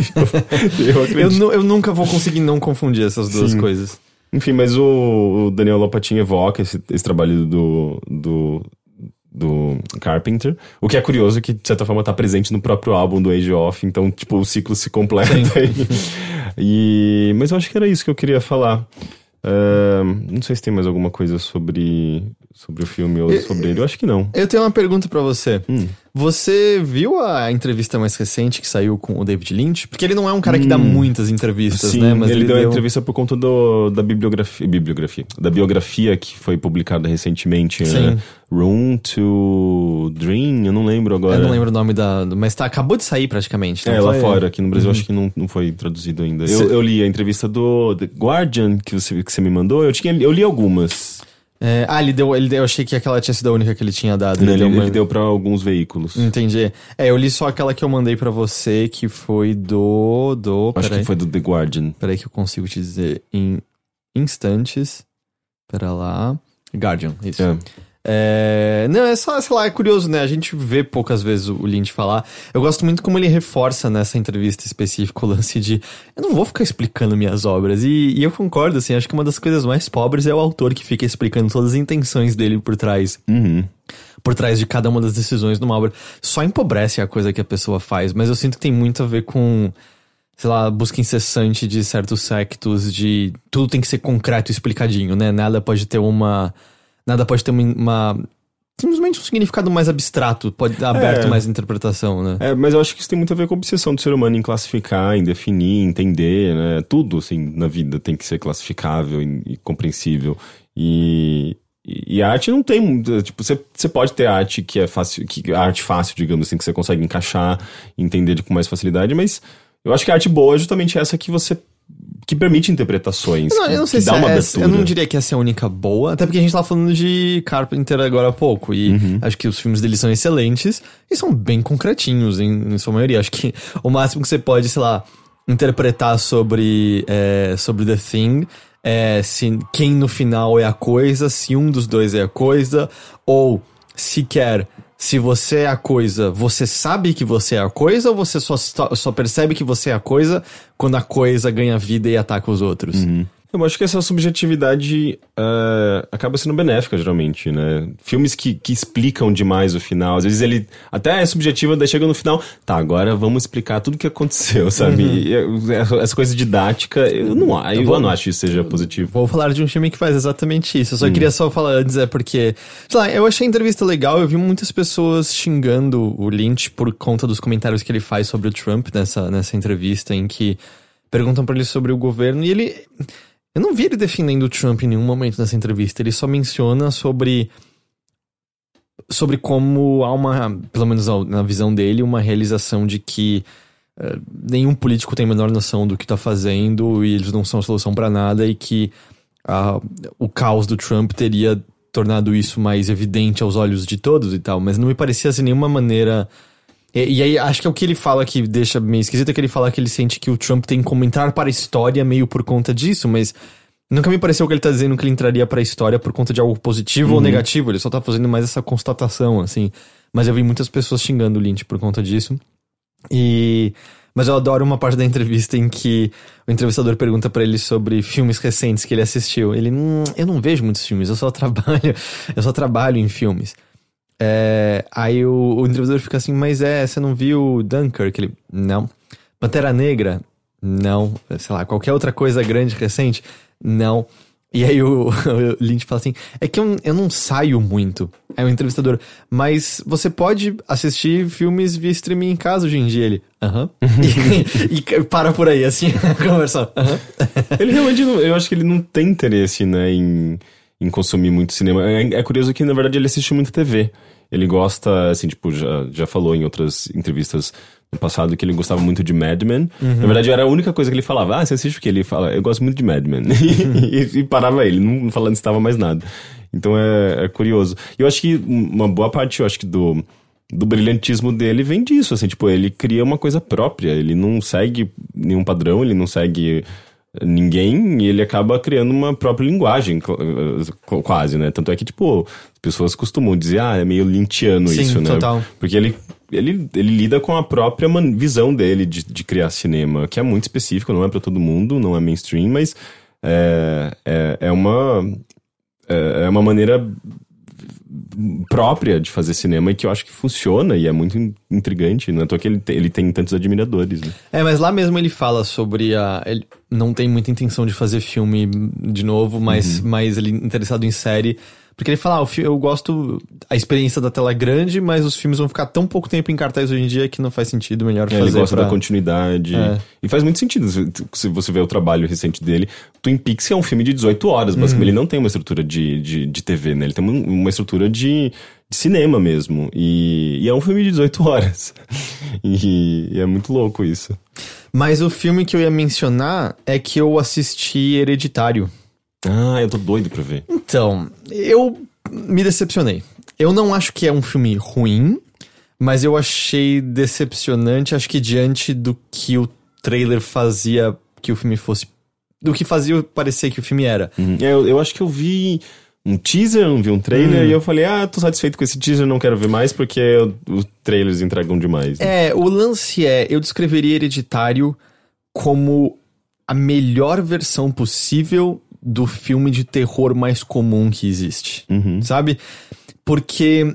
Eu nunca vou conseguir não confundir essas duas coisas. Enfim, mas o Daniel Lopatin evoca esse trabalho do Carpenter, o que é curioso que, de certa forma, tá presente no próprio álbum do Age of, então, tipo, o ciclo se completa aí. Mas eu acho que era isso que eu queria falar. Não sei se tem mais alguma coisa sobre o filme ou sobre ele, eu acho que não. Eu tenho uma pergunta pra você. Você viu a entrevista mais recente que saiu com o David Lynch? Porque ele não é um cara que dá muitas entrevistas, sim, né? Mas ele deu a entrevista por conta da da biografia que foi publicada recentemente, né? Room to Dream, eu não lembro agora. Eu não lembro o nome mas acabou de sair praticamente. Lá fora, aqui no Brasil acho que não foi traduzido ainda. Eu li a entrevista do The Guardian que você me mandou, eu li algumas. Ele deu. Eu achei que aquela tinha sido a única que ele tinha dado. Ele deu pra alguns veículos. Entendi. Eu li só aquela que eu mandei pra você, que foi Acho que foi do The Guardian. Peraí que eu consigo te dizer em instantes. Pera lá. Guardian, isso. Não, é só, sei lá, é curioso, né? A gente vê poucas vezes o Lynch falar. Eu gosto muito como ele reforça nessa entrevista específica o lance de eu não vou ficar explicando minhas obras. E eu concordo, assim, acho que uma das coisas mais pobres é o autor que fica explicando todas as intenções dele por trás. Por trás de cada uma das decisões numa obra. Só empobrece a coisa que a pessoa faz, mas eu sinto que tem muito a ver com, sei lá, a busca incessante de certos sectos de tudo tem que ser concreto e explicadinho, né? Nada pode ter simplesmente um significado mais abstrato, pode dar aberto mais interpretação, né? Mas eu acho que isso tem muito a ver com a obsessão do ser humano em classificar, em definir, entender, né? Tudo, assim, na vida tem que ser classificável e compreensível. E a arte não tem, tipo, você pode ter arte que é fácil, a arte fácil, digamos assim, que você consegue encaixar, entender com mais facilidade, mas eu acho que a arte boa é justamente essa que permite interpretações, eu não sei que se dá uma abertura. Eu não diria que essa é a única boa, até porque a gente tava falando de Carpenter agora há pouco, e acho que os filmes dele são excelentes, e são bem concretinhos em sua maioria. Acho que o máximo que você pode, sei lá, interpretar sobre The Thing se quem no final é a coisa, se um dos dois é a coisa, ou sequer se você é a coisa, você sabe que você é a coisa, ou você só percebe que você é a coisa quando a coisa ganha vida e ataca os outros? Eu acho que essa subjetividade acaba sendo benéfica, geralmente, né? Filmes que explicam demais o final, às vezes ele até é subjetivo, daí chega no final, tá, agora vamos explicar tudo o que aconteceu, sabe? E essa coisa didática, eu não acho que isso seja positivo. Vou falar de um filme que faz exatamente isso. Eu só queria falar antes, porque, sei lá, eu achei a entrevista legal, eu vi muitas pessoas xingando o Lynch por conta dos comentários que ele faz sobre o Trump nessa entrevista, em que perguntam pra ele sobre o governo, e ele... Eu não vi ele defendendo o Trump em nenhum momento nessa entrevista. Ele só menciona sobre como há pelo menos na visão dele, uma realização de que nenhum político tem a menor noção do que tá fazendo e eles não são a solução pra nada, e que o caos do Trump teria tornado isso mais evidente aos olhos de todos e tal. Mas não me parecia assim nenhuma maneira... E aí, acho que é o que ele fala que deixa meio esquisito, é que ele fala que ele sente que o Trump tem como entrar para a história meio por conta disso, mas nunca me pareceu que ele tá dizendo que ele entraria para a história por conta de algo positivo ou negativo, ele só tá fazendo mais essa constatação, assim. Mas eu vi muitas pessoas xingando o Lynch por conta disso. Mas eu adoro uma parte da entrevista em que o entrevistador pergunta pra ele sobre filmes recentes que ele assistiu. Ele, eu não vejo muitos filmes, eu só trabalho em filmes. Aí o entrevistador fica assim, mas você não viu Dunkirk? Ele, não. Pantera Negra? Não. Sei lá, qualquer outra coisa grande, recente? Não. E aí o Lynch fala assim, é que eu não saio muito. Aí o entrevistador, mas você pode assistir filmes via streaming em casa hoje em dia? Ele, e para por aí, assim, a conversa. Ele realmente, eu acho que ele não tem interesse, né, em consumir muito cinema. É curioso que, na verdade, ele assiste muito TV. Ele gosta, assim, tipo, já falou em outras entrevistas no passado que ele gostava muito de Mad Men. Na verdade, era a única coisa que ele falava. Você assiste o quê? Ele fala, eu gosto muito de Mad Men. E parava ele, não falando estava mais nada. Então é curioso. E eu acho que uma boa parte, eu acho que do brilhantismo dele vem disso, assim, tipo, ele cria uma coisa própria, ele não segue nenhum padrão, ele não segue ninguém, e ele acaba criando uma própria linguagem, quase, né? Tanto é que, tipo, as pessoas costumam dizer, é meio lynchiano. Sim, isso, né? Total. Porque ele lida com a própria visão dele de criar cinema, que é muito específico, não é pra todo mundo, não é mainstream, mas é uma maneira própria de fazer cinema e que eu acho que funciona e é muito intrigante, não é à toa que ele tem tantos admiradores, né? Mas lá mesmo ele fala sobre ele não tem muita intenção de fazer filme de novo, mas ele é interessado em série, porque ele fala, eu gosto a experiência da tela grande, mas os filmes vão ficar tão pouco tempo em cartaz hoje em dia que não faz sentido, melhor fazer. Ele gosta da continuidade. E faz muito sentido se você vê o trabalho recente dele. Twin Peaks é um filme de 18 horas, basicamente. Ele não tem uma estrutura de TV, né? Ele tem uma estrutura de cinema mesmo. E é um filme de 18 horas. E é muito louco isso. Mas o filme que eu ia mencionar é que eu assisti Hereditário. Eu tô doido pra ver. Então, eu me decepcionei. Eu não acho que é um filme ruim, mas eu achei decepcionante, acho que diante do que o trailer fazia que o filme fosse... do que fazia parecer que o filme era. Eu acho que eu vi um teaser, não vi um trailer, e eu falei, tô satisfeito com esse teaser, não quero ver mais, porque os trailers entregam demais. Né? O lance eu descreveria Hereditário como a melhor versão possível do filme de terror mais comum que existe, sabe? Porque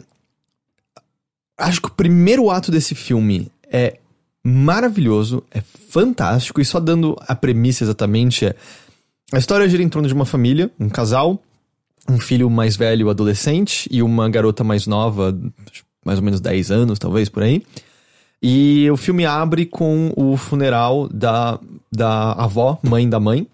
acho que o primeiro ato desse filme é maravilhoso, é fantástico, e só dando a premissa exatamente a história gira em torno de uma família, um casal, um filho mais velho, adolescente, e uma garota mais nova, mais ou menos 10 anos, talvez, por aí. E o filme abre com o funeral da avó, mãe da mãe,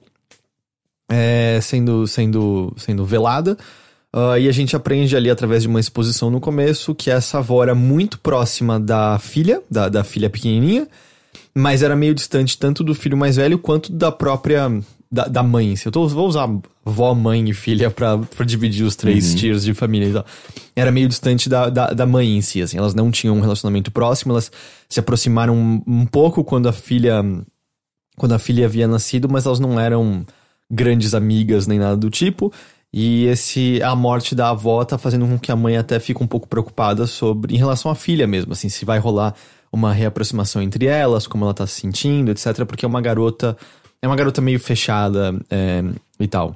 sendo velada. E a gente aprende ali através de uma exposição no começo que essa avó era muito próxima da filha, da filha pequenininha, mas era meio distante tanto do filho mais velho quanto da própria... Da mãe. Vou usar vó, mãe e filha pra dividir os três tiers de família e tal. Era meio distante da mãe em si, assim. Elas não tinham um relacionamento próximo, elas se aproximaram um pouco quando a filha havia nascido, mas elas não eram grandes amigas nem nada do tipo. E a morte da avó tá fazendo com que a mãe até fique um pouco preocupada em relação à filha mesmo, assim, se vai rolar uma reaproximação entre elas, como ela tá se sentindo, etc. Porque é uma garota meio fechada e tal.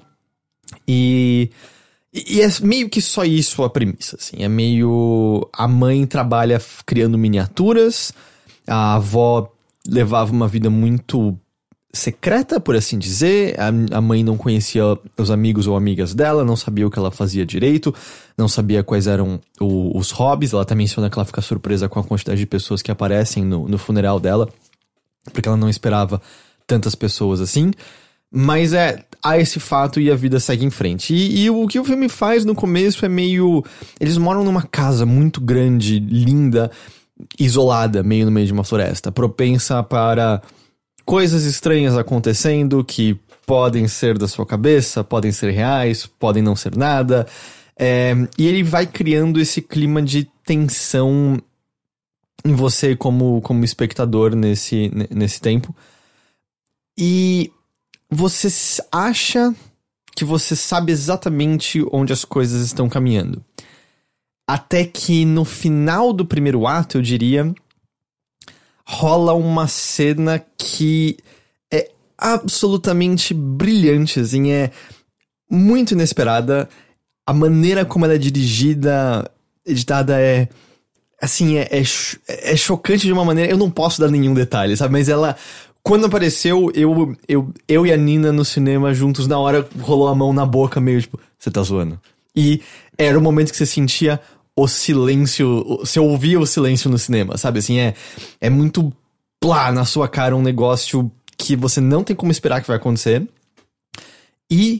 E é meio que só isso a premissa, assim. É meio... A mãe trabalha criando miniaturas, a avó levava uma vida muito secreta, por assim dizer. A mãe não conhecia os amigos ou amigas dela, não sabia o que ela fazia direito, não sabia quais eram os hobbies. Ela até menciona que ela fica surpresa com a quantidade de pessoas que aparecem no funeral dela, porque ela não esperava tantas pessoas assim, mas há esse fato e a vida segue em frente. E o que o filme faz no começo é meio... Eles moram numa casa muito grande, linda, isolada, meio no meio de uma floresta, propensa para coisas estranhas acontecendo que podem ser da sua cabeça, podem ser reais, podem não ser nada. E ele vai criando esse clima de tensão em você como espectador nesse tempo. E você acha que você sabe exatamente onde as coisas estão caminhando. Até que no final do primeiro ato, eu diria, rola uma cena que é absolutamente brilhante, assim, é muito inesperada. A maneira como ela é dirigida, editada assim, é chocante de uma maneira... Eu não posso dar nenhum detalhe, sabe? Mas ela... Quando apareceu, eu e a Nina no cinema juntos, na hora rolou a mão na boca, meio tipo, você tá zoando. E era o momento que você sentia o silêncio, você ouvia o silêncio no cinema, sabe? Assim, é muito plá na sua cara, um negócio que você não tem como esperar que vai acontecer. E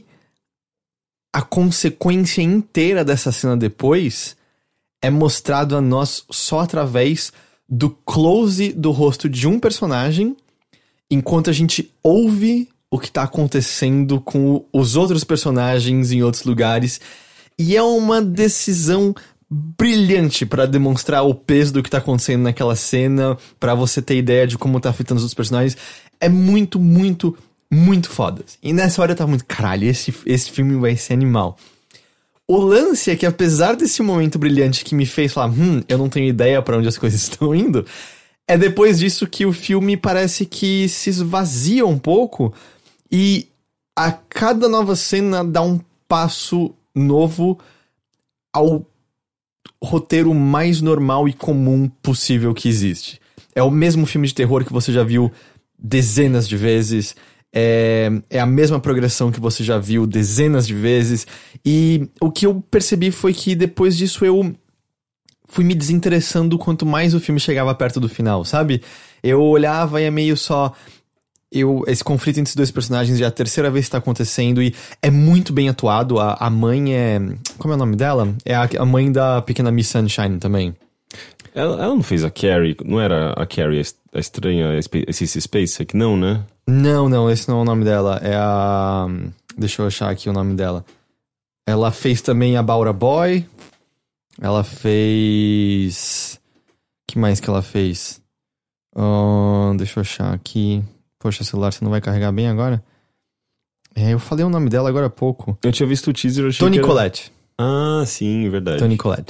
a consequência inteira dessa cena depois é mostrado a nós só através do close do rosto de um personagem, enquanto a gente ouve o que tá acontecendo com os outros personagens em outros lugares. E é uma decisão brilhante pra demonstrar o peso do que tá acontecendo naquela cena, pra você ter ideia de como tá afetando os outros personagens. É muito, muito, muito foda. E nessa hora eu tava muito, caralho, esse filme vai ser animal. O lance é que apesar desse momento brilhante que me fez falar, eu não tenho ideia pra onde as coisas estão indo, é depois disso que o filme parece que se esvazia um pouco e a cada nova cena dá um passo novo ao roteiro mais normal e comum possível que existe. É o mesmo filme de terror que você já viu dezenas de vezes, é a mesma progressão que você já viu dezenas de vezes, e o que eu percebi foi que depois disso eu fui me desinteressando quanto mais o filme chegava perto do final, sabe? Eu olhava e é meio só... esse conflito entre os dois personagens já é a terceira vez que tá acontecendo e é muito bem atuado. A mãe é... Como é o nome dela? É a mãe da pequena Miss Sunshine também. Ela não fez a Carrie? Não era a Carrie a estranha esse Space aqui? Não, né? Não, esse não é o nome dela. É a... Deixa eu achar aqui o nome dela. Ela fez também About a Boy. Ela fez... O que mais que ela fez? Deixa eu achar aqui... Poxa, celular, você não vai carregar bem agora? Eu falei o nome dela agora há pouco. Eu tinha visto o teaser, eu achei Toni que era... Collette. Ah, sim, verdade. Toni Collette.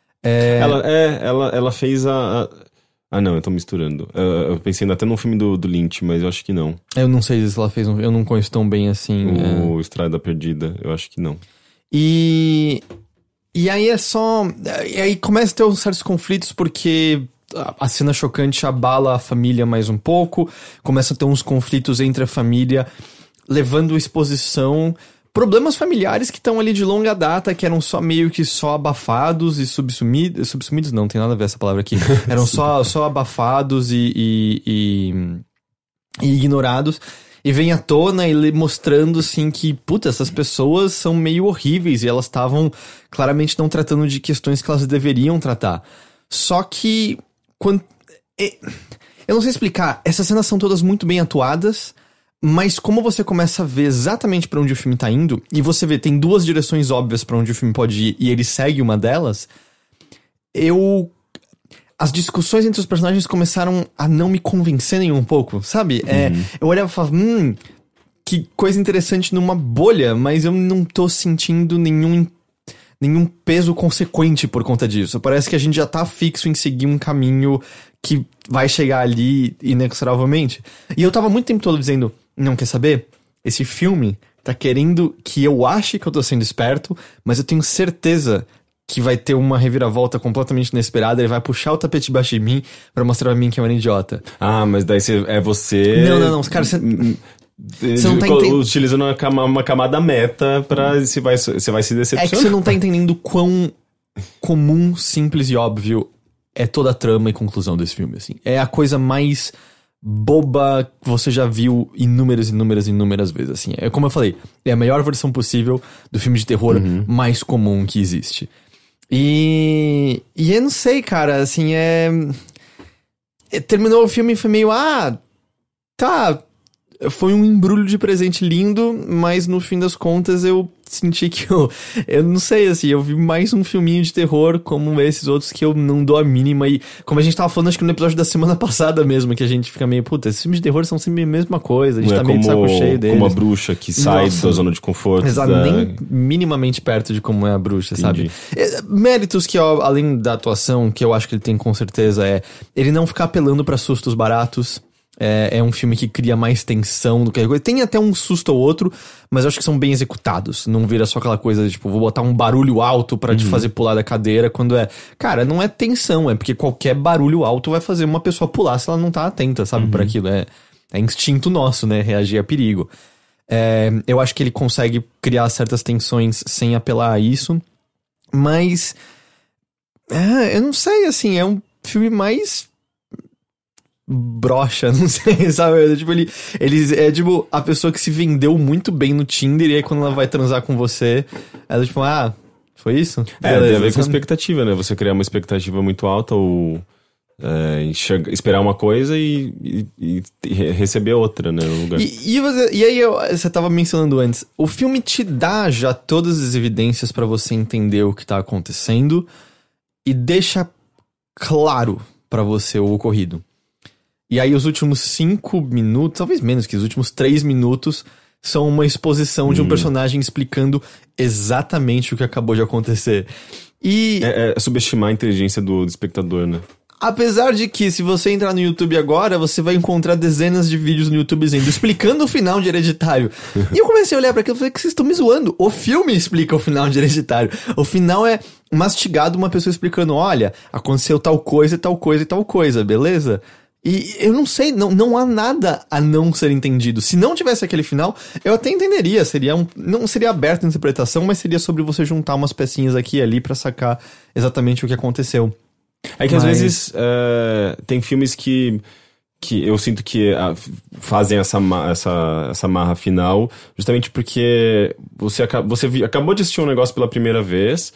Ela fez a... Ah, não, eu tô misturando. Eu pensei até no filme do Lynch, mas eu acho que não. Eu não sei se ela fez eu não conheço tão bem assim. O Estrada Perdida, eu acho que não. E aí é só... E aí começa a ter uns certos conflitos porque... A cena chocante abala a família mais um pouco, começa a ter uns conflitos entre a família, levando exposição, problemas familiares que estão ali de longa data, que eram só meio que só abafados e subsumidos, não tem nada a ver essa palavra aqui, eram só abafados e ignorados, e vem à tona e mostrando assim que, puta, essas pessoas são meio horríveis e elas estavam claramente não tratando de questões que elas deveriam tratar. Só que eu não sei explicar, essas cenas são todas muito bem atuadas, mas como você começa a ver exatamente pra onde o filme tá indo, e você vê, tem duas direções óbvias pra onde o filme pode ir, e ele segue uma delas, as discussões entre os personagens começaram a não me convencer nem um pouco, sabe? Eu olhava e falava, que coisa interessante numa bolha, mas eu não tô sentindo nenhum peso consequente por conta disso. Parece que a gente já tá fixo em seguir um caminho que vai chegar ali inexoravelmente. E eu tava muito tempo todo dizendo, não quer saber? Esse filme tá querendo que eu ache que eu tô sendo esperto, mas eu tenho certeza que vai ter uma reviravolta completamente inesperada, ele vai puxar o tapete debaixo de mim pra mostrar pra mim que eu era um idiota. Ah, mas daí é você... Não, cara, você não tá utilizando uma camada meta pra você vai se decepcionar. É que você não tá entendendo quão comum, simples e óbvio é toda a trama e conclusão desse filme, assim. É a coisa mais boba que você já viu inúmeras vezes, assim. É como eu falei, é a melhor versão possível do filme de terror mais comum que existe. E eu não sei, cara, assim, terminou o filme e foi meio, tá... Foi um embrulho de presente lindo, mas no fim das contas eu senti que eu não sei, assim, eu vi mais um filminho de terror como esses outros que eu não dou a mínima. E como a gente tava falando, acho que no episódio da semana passada mesmo, que a gente fica meio, puta, esses filmes de terror são sempre a mesma coisa, a gente tá meio de saco cheio deles. Como a bruxa que sai da zona de conforto. Exato, nem minimamente perto de como é a bruxa, Entendi. sabe? Méritos que, além da atuação, que eu acho que ele tem com certeza, ele não ficar apelando pra sustos baratos. É um filme que cria mais tensão do que coisa. Tem até um susto ou outro, mas eu acho que são bem executados. Não vira só aquela coisa de, tipo, vou botar um barulho alto pra te fazer pular da cadeira, quando cara, não é tensão, é porque qualquer barulho alto vai fazer uma pessoa pular se ela não tá atenta, sabe, por aquilo. É instinto nosso, né, reagir a perigo. Eu acho que ele consegue criar certas tensões sem apelar a isso, mas eu não sei, assim, é um filme mais broxa, não sei, sabe? Tipo, ele é tipo a pessoa que se vendeu muito bem no Tinder e aí quando ela vai transar com você, ela tipo, foi isso? Beleza, tem a ver com expectativa, né? Você criar uma expectativa muito alta ou esperar uma coisa e receber outra, né? No lugar. E aí você tava mencionando antes, o filme te dá já todas as evidências pra você entender o que tá acontecendo, e deixa claro pra você o ocorrido. E aí os últimos 5 minutos, talvez menos que os últimos 3 minutos, são uma exposição de um personagem explicando exatamente o que acabou de acontecer. E... É subestimar a inteligência do espectador, né? Apesar de que, se você entrar no YouTube agora, você vai encontrar dezenas de vídeos no YouTube explicando o final de Hereditário. E eu comecei a olhar pra aquilo e falei que vocês estão me zoando. O filme explica o final de Hereditário. O final é mastigado, uma pessoa explicando, olha, aconteceu tal coisa, tal coisa e tal coisa, beleza? E eu não sei, não há nada a não ser entendido. Se não tivesse aquele final, eu até entenderia. Não seria aberta a interpretação, mas seria sobre você juntar umas pecinhas aqui e ali pra sacar exatamente o que aconteceu. É que às vezes tem filmes que eu sinto que fazem essa marra final justamente porque você acabou de assistir um negócio pela primeira vez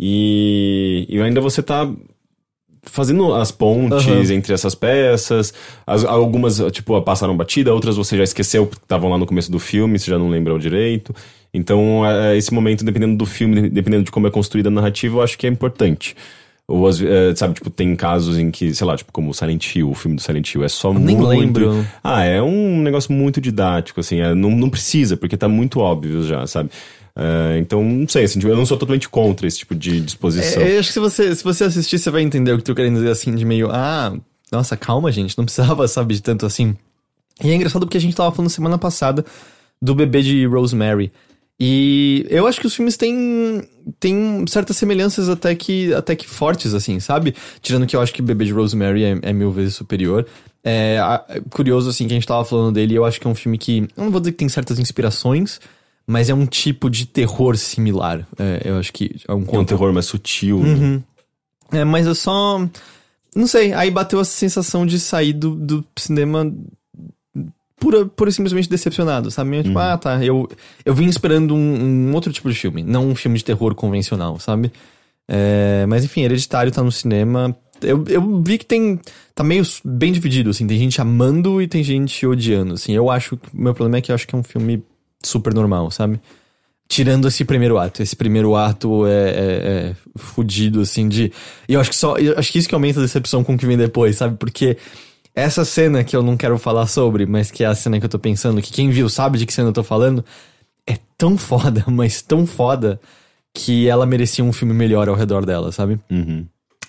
e ainda você tá fazendo as pontes entre essas peças. Algumas, tipo, passaram batida, outras você já esqueceu porque estavam lá no começo do filme, você já não lembrou direito. Então, esse momento, dependendo do filme, dependendo de como é construída a narrativa, eu acho que é importante. Ou, sabe, tipo, tem casos em que, sei lá, tipo, como o Silent Hill, o filme do Silent Hill é só muito... Nem lembro. É um negócio muito didático, assim, não precisa, porque tá muito óbvio já, sabe? Então, não sei, assim, tipo, eu não sou totalmente contra esse tipo de disposição. Eu acho que se você assistir, você vai entender o que eu tô querendo dizer, assim, de meio, nossa, calma, gente, não precisava, sabe, de tanto assim. E é engraçado porque a gente tava falando semana passada do bebê de Rosemary. E eu acho que os filmes têm certas semelhanças até que fortes, assim, sabe? Tirando que eu acho que o Bebê de Rosemary é 1000 vezes superior. Curioso, assim, que a gente tava falando dele, eu acho que é um filme que... Eu não vou dizer que tem certas inspirações, mas é um tipo de terror similar. Eu acho que é um terror mais sutil. Uhum. Mas eu só... Não sei, aí bateu essa sensação de sair do cinema... Pura e simplesmente decepcionado, sabe? Tipo, tá, eu vim esperando um outro tipo de filme, não um filme de terror convencional, sabe? Mas enfim, Hereditário tá no cinema. Eu vi que tá meio bem dividido, assim, tem gente amando e tem gente odiando, assim. O meu problema é que eu acho que é um filme super normal, sabe? Tirando esse primeiro ato. Esse primeiro ato é fudido, assim, de... E eu acho que isso que aumenta a decepção com o que vem depois, sabe? Porque... Essa cena que eu não quero falar sobre, mas que é a cena que eu tô pensando, que quem viu sabe de que cena eu tô falando, é tão foda, mas tão foda, que ela merecia um filme melhor ao redor dela, sabe? Uhum.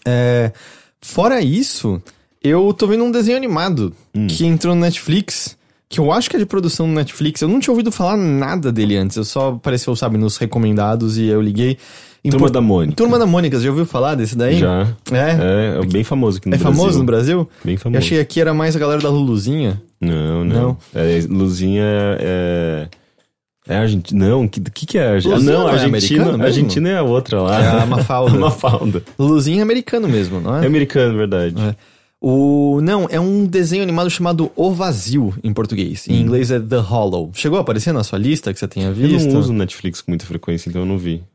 Fora isso, eu tô vendo um desenho animado que entrou no Netflix, que eu acho que é de produção no Netflix. Eu não tinha ouvido falar nada dele antes, eu só apareceu, sabe, nos recomendados e eu liguei. Turma da Mônica. Turma da Mônica, já ouviu falar desse daí? Já. É bem famoso aqui no Brasil. É famoso no Brasil? Bem famoso. Eu achei que aqui era mais a galera da Luluzinha. Não. Luluzinha é Argentina. Não, o que é Argentina? Não, Argentina. Argentina é a outra lá. É a Mafalda. A Mafalda. Luluzinha é americano mesmo, não é? É americano, verdade. Não, é um desenho animado chamado O Vazio, em português. Em inglês é The Hollow. Chegou a aparecer na sua lista que você tenha visto? Eu não uso Netflix com muita frequência, então eu não vi.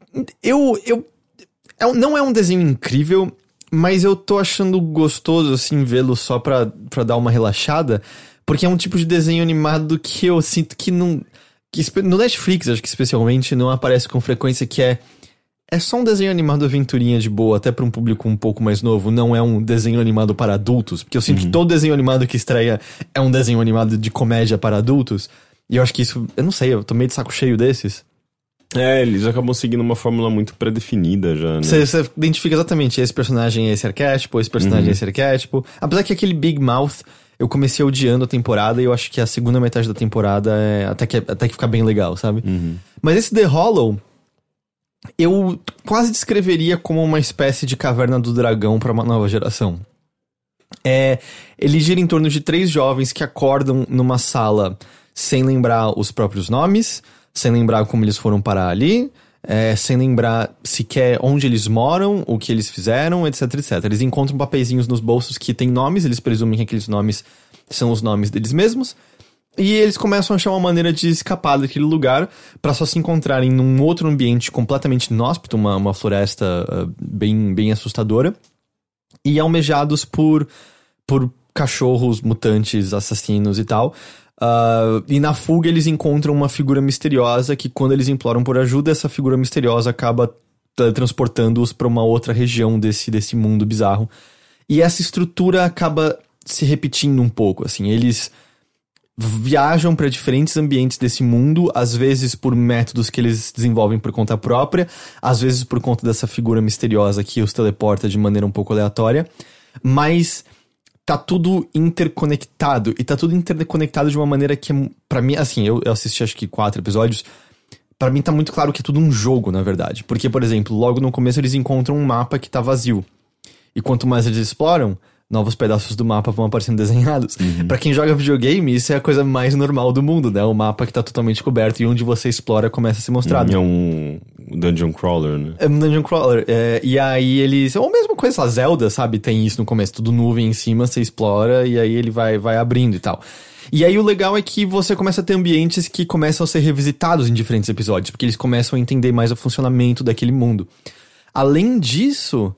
Não é um desenho incrível, mas eu tô achando gostoso, assim, vê-lo só pra dar uma relaxada, porque é um tipo de desenho animado que eu sinto que não... no Netflix, acho que especialmente, não aparece com frequência, que é só um desenho animado aventurinha de boa, até pra um público um pouco mais novo, não é um desenho animado para adultos, porque eu sinto que todo desenho animado que estreia é um desenho animado de comédia para adultos, e eu acho que isso, eu não sei, eu tô meio de saco cheio desses. Eles acabam seguindo uma fórmula muito pré-definida já, né? Você identifica exatamente esse personagem é esse arquétipo, esse personagem é esse arquétipo. Apesar que aquele Big Mouth, eu comecei odiando a temporada e eu acho que a segunda metade da temporada até que fica bem legal, sabe? Mas esse The Hollow, eu quase descreveria como uma espécie de Caverna do Dragão pra uma nova geração. Ele gira em torno de 3 jovens que acordam numa sala sem lembrar os próprios nomes, sem lembrar como eles foram parar ali, sem lembrar sequer onde eles moram, o que eles fizeram, etc, etc. Eles encontram papeizinhos nos bolsos que tem nomes, eles presumem que aqueles nomes são os nomes deles mesmos, e eles começam a achar uma maneira de escapar daquele lugar pra só se encontrarem num outro ambiente completamente inóspito, uma floresta bem assustadora, e almejados por cachorros, mutantes, assassinos e tal. E na fuga eles encontram uma figura misteriosa que, quando eles imploram por ajuda, essa figura misteriosa acaba teletransportando-os pra uma outra região desse mundo bizarro. E essa estrutura acaba se repetindo um pouco, assim, eles viajam para diferentes ambientes desse mundo, às vezes por métodos que eles desenvolvem por conta própria, às vezes por conta dessa figura misteriosa que os teleporta de maneira um pouco aleatória, mas tá tudo interconectado, e tá tudo interconectado de uma maneira que, pra mim, assim, eu assisti acho que 4 episódios, pra mim tá muito claro que é tudo um jogo, na verdade, porque, por exemplo, logo no começo eles encontram um mapa que tá vazio, e quanto mais eles exploram, novos pedaços do mapa vão aparecendo desenhados. Pra quem joga videogame, isso é a coisa mais normal do mundo, né? O mapa que tá totalmente coberto e onde você explora começa a ser mostrado. É um dungeon crawler, né? É um dungeon crawler. E aí eles... Ou a mesma coisa, a Zelda, sabe? Tem isso no começo, tudo nuvem em cima, você explora e aí ele vai abrindo e tal. E aí o legal é que você começa a ter ambientes que começam a ser revisitados em diferentes episódios, porque eles começam a entender mais o funcionamento daquele mundo. Além disso,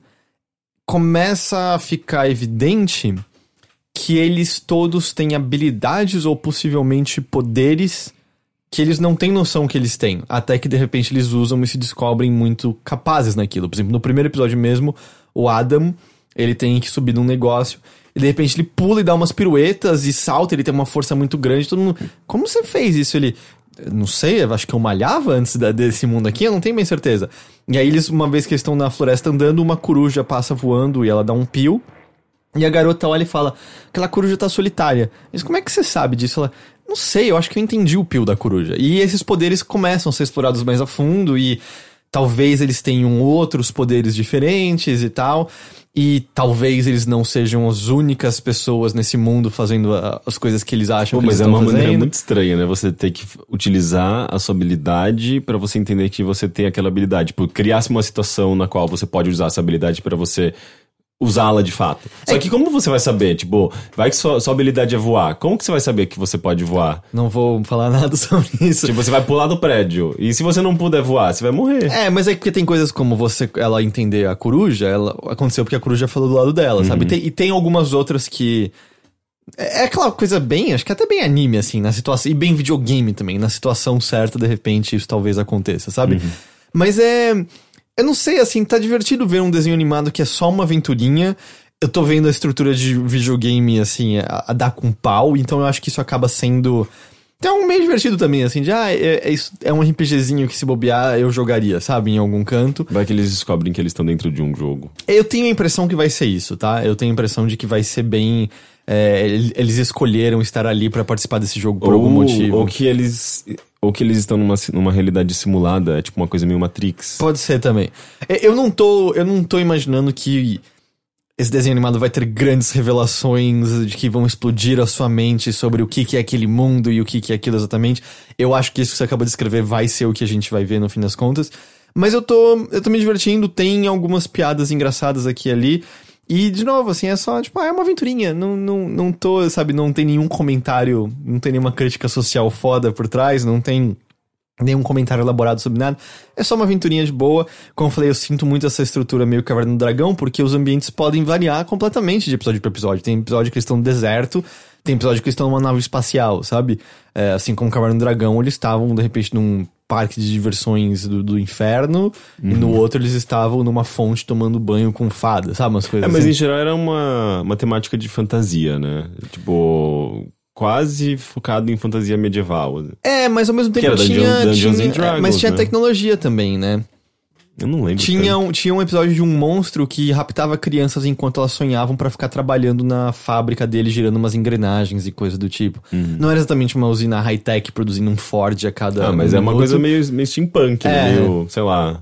começa a ficar evidente que eles todos têm habilidades ou possivelmente poderes que eles não têm noção que eles têm, até que de repente eles usam e se descobrem muito capazes naquilo. Por exemplo, no primeiro episódio mesmo, o Adam, ele tem que subir num negócio e de repente ele pula e dá umas piruetas e salta, ele tem uma força muito grande, todo mundo... Como você fez isso? Ele... Não sei, eu acho que eu malhava antes desse mundo aqui, eu não tenho bem certeza. E aí eles, uma vez que eles estão na floresta andando, uma coruja passa voando e ela dá um pio. E a garota olha e fala, aquela coruja tá solitária. Mas como é que você sabe disso? Ela, não sei, eu acho que eu entendi o pio da coruja. E esses poderes começam a ser explorados mais a fundo e talvez eles tenham outros poderes diferentes e tal. E talvez eles não sejam as únicas pessoas nesse mundo fazendo as coisas que eles acham que eles estão fazendo. Mas é uma maneira muito estranha, né? Você ter que utilizar a sua habilidade pra você entender que você tem aquela habilidade. Tipo, criar-se uma situação na qual você pode usar essa habilidade pra você usá-la de fato. Só que como você vai saber? Tipo, vai que sua habilidade é voar. Como que você vai saber que você pode voar? Não vou falar nada sobre isso. Tipo, você vai pular do prédio. E se você não puder voar, você vai morrer. Mas é porque tem coisas como ela entender a coruja, aconteceu porque a coruja falou do lado dela, sabe? E tem algumas outras que... É aquela coisa bem, acho que até bem anime, assim, na situação... E bem videogame também, na situação certa, de repente, isso talvez aconteça, sabe? Mas eu não sei, assim, tá divertido ver um desenho animado que é só uma aventurinha. Eu tô vendo a estrutura de videogame, assim, a dar com pau, então eu acho que isso acaba sendo... É um meio divertido também, assim, de, é um RPGzinho que se bobear eu jogaria, sabe, em algum canto. Vai que eles descobrem que eles estão dentro de um jogo. Eu tenho a impressão que vai ser isso, tá? Eu tenho a impressão de que vai ser bem... eles escolheram estar ali pra participar desse jogo por algum motivo. Ou que eles estão numa realidade simulada, é tipo uma coisa meio Matrix. Pode ser também. Eu não tô imaginando que esse desenho animado vai ter grandes revelações de que vão explodir a sua mente sobre o que é aquele mundo e o que é aquilo exatamente. Eu acho que isso que você acabou de escrever vai ser o que a gente vai ver no fim das contas. Mas eu tô me divertindo, tem algumas piadas engraçadas aqui e ali. E, de novo, assim, é só, tipo, é uma aventurinha. Não tô, sabe, não tem nenhum comentário, não tem nenhuma crítica social foda por trás, não tem nenhum comentário elaborado sobre nada. É só uma aventurinha de boa. Como eu falei, eu sinto muito essa estrutura meio Caverna do Dragão, porque os ambientes podem variar completamente de episódio pra episódio. Tem episódio que eles estão no deserto, tem episódio que eles estão numa nave espacial, sabe? Assim como Caverna do Dragão, eles estavam, de repente, num parque de diversões do inferno, e no outro eles estavam numa fonte tomando banho com fada, sabe? Umas coisas mas assim. Em geral era uma temática de fantasia, né? Tipo... quase focado em fantasia medieval. Mas ao mesmo tempo Dungeons and Dragons, mas tinha né? tecnologia também, né? Eu não lembro. Tinha um episódio de um monstro que raptava crianças enquanto elas sonhavam pra ficar trabalhando na fábrica dele, girando umas engrenagens e coisa do tipo. Não era exatamente uma usina high-tech produzindo um Ford a cada mas minuto. É uma coisa meio steampunk, né? Meio, sei lá...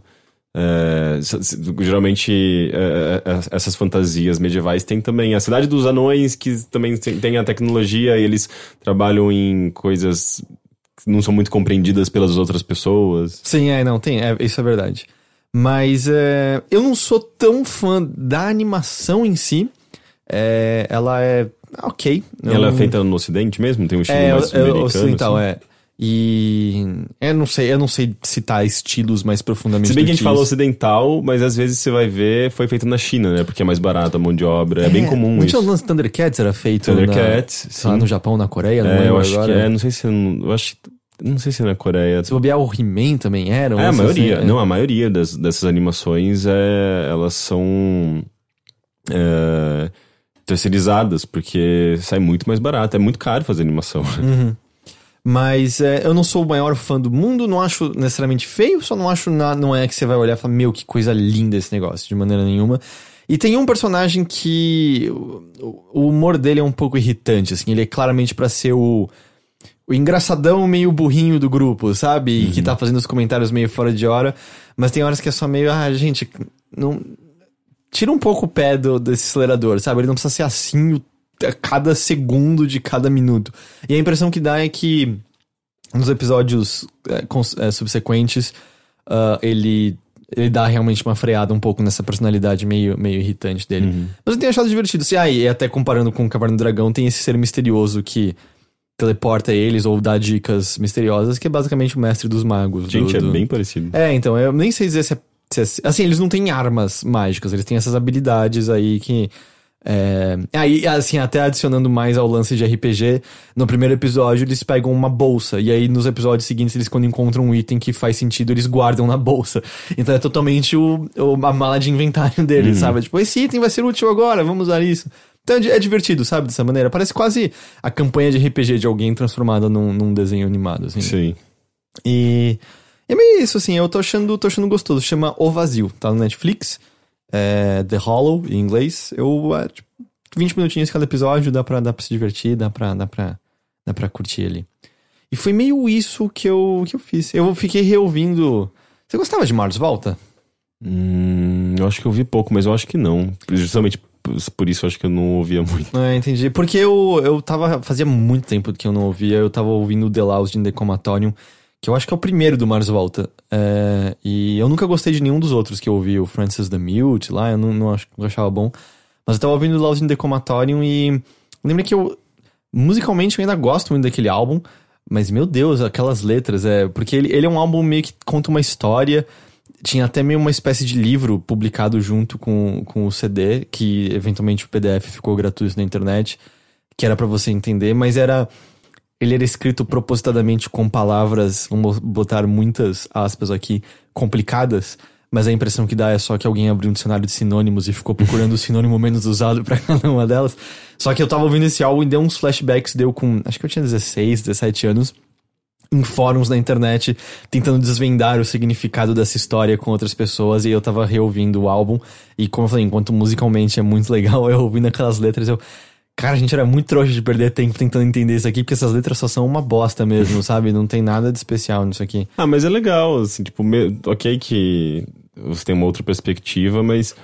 geralmente essas fantasias medievais tem também a Cidade dos Anões, que também tem a tecnologia e eles trabalham em coisas que não são muito compreendidas pelas outras pessoas. Sim, isso é verdade. Mas eu não sou tão fã da animação em si. Ela é ok. Ela é feita no Ocidente mesmo? Tem um estilo mais americano? Ocidental, assim? E eu não sei citar estilos mais profundamente. Se bem que a gente fala isso. ocidental, mas às vezes você vai ver, foi feito na China, né? Porque é mais barato a mão de obra, é bem comum isso. Não tinha o lance Thundercats era feito Thundercats, lá no Japão, na Coreia, não lembro eu acho agora. que não sei se... Eu acho que Não sei se na Coreia... Se bobear, o He-Man também era? A maioria. Não, a maioria dessas animações, elas são... terceirizadas, porque sai muito mais barato. É muito caro fazer animação. Uhum. Mas eu não sou o maior fã do mundo, não acho necessariamente feio, só não acho nada, não é que você vai olhar e falar, meu, que coisa linda esse negócio, de maneira nenhuma. E tem um personagem que o humor dele é um pouco irritante, assim, ele é claramente pra ser o engraçadão meio burrinho do grupo, sabe? E que tá fazendo os comentários meio fora de hora, mas tem horas que é só meio, gente, não... Tira um pouco o pé desse acelerador, sabe? Ele não precisa ser assim a cada segundo de cada minuto. E a impressão que dá é que nos episódios subsequentes ele dá realmente uma freada um pouco nessa personalidade meio irritante dele. Mas eu tenho achado divertido. Assim, e até comparando com o Caverna do Dragão, tem esse ser misterioso que teleporta eles ou dá dicas misteriosas, que é basicamente o mestre dos magos. Gente, é bem parecido. Então, eu nem sei dizer se é... Assim, eles não têm armas mágicas, eles têm essas habilidades aí que... Aí, assim, até adicionando mais ao lance de RPG, no primeiro episódio eles pegam uma bolsa, e aí nos episódios seguintes eles, quando encontram um item que faz sentido, eles guardam na bolsa. Então é totalmente a mala de inventário deles, sabe? Tipo, esse item vai ser útil agora, vamos usar isso. Então é divertido, sabe? Dessa maneira. Parece quase a campanha de RPG de alguém transformada num desenho animado, assim. Sim. E é meio isso, assim, eu tô achando gostoso. Chama O Vazio, tá no Netflix. The Hollow, em inglês. 20 minutinhos cada episódio, dá pra se divertir, dá pra curtir ali. E foi meio isso que eu fiz. Eu fiquei reouvindo... Você gostava de Mars Volta? Eu acho que eu vi pouco, mas eu acho que não. Justamente por isso eu acho que eu não ouvia muito. Entendi. Porque eu tava... Fazia muito tempo que eu não ouvia. Eu tava ouvindo The Lost in the Comatorium, que eu acho que é o primeiro do Mars Volta. E eu nunca gostei de nenhum dos outros que eu ouvi. O Francis the Mute lá, eu não achava bom. Mas eu tava ouvindo Lost in the Comatorium e... Lembra que musicalmente eu ainda gosto muito daquele álbum. Mas, meu Deus, aquelas letras... Porque ele é um álbum meio que conta uma história. Tinha até meio uma espécie de livro publicado junto com o CD, que eventualmente o PDF ficou gratuito na internet, que era pra você entender, mas ele era escrito propositadamente com palavras, vamos botar muitas aspas aqui, complicadas, mas a impressão que dá é só que alguém abriu um dicionário de sinônimos e ficou procurando o sinônimo menos usado pra cada uma delas. Só que eu tava ouvindo esse álbum e deu uns flashbacks, acho que eu tinha 16, 17 anos, em fóruns na internet, tentando desvendar o significado dessa história com outras pessoas, e eu tava reouvindo o álbum, e como eu falei, enquanto musicalmente é muito legal, eu ouvindo aquelas letras, cara, a gente era muito trouxa de perder tempo tentando entender isso aqui, porque essas letras só são uma bosta mesmo, sabe? Não tem nada de especial nisso aqui. Mas é legal, assim, tipo, ok que você tem uma outra perspectiva, mas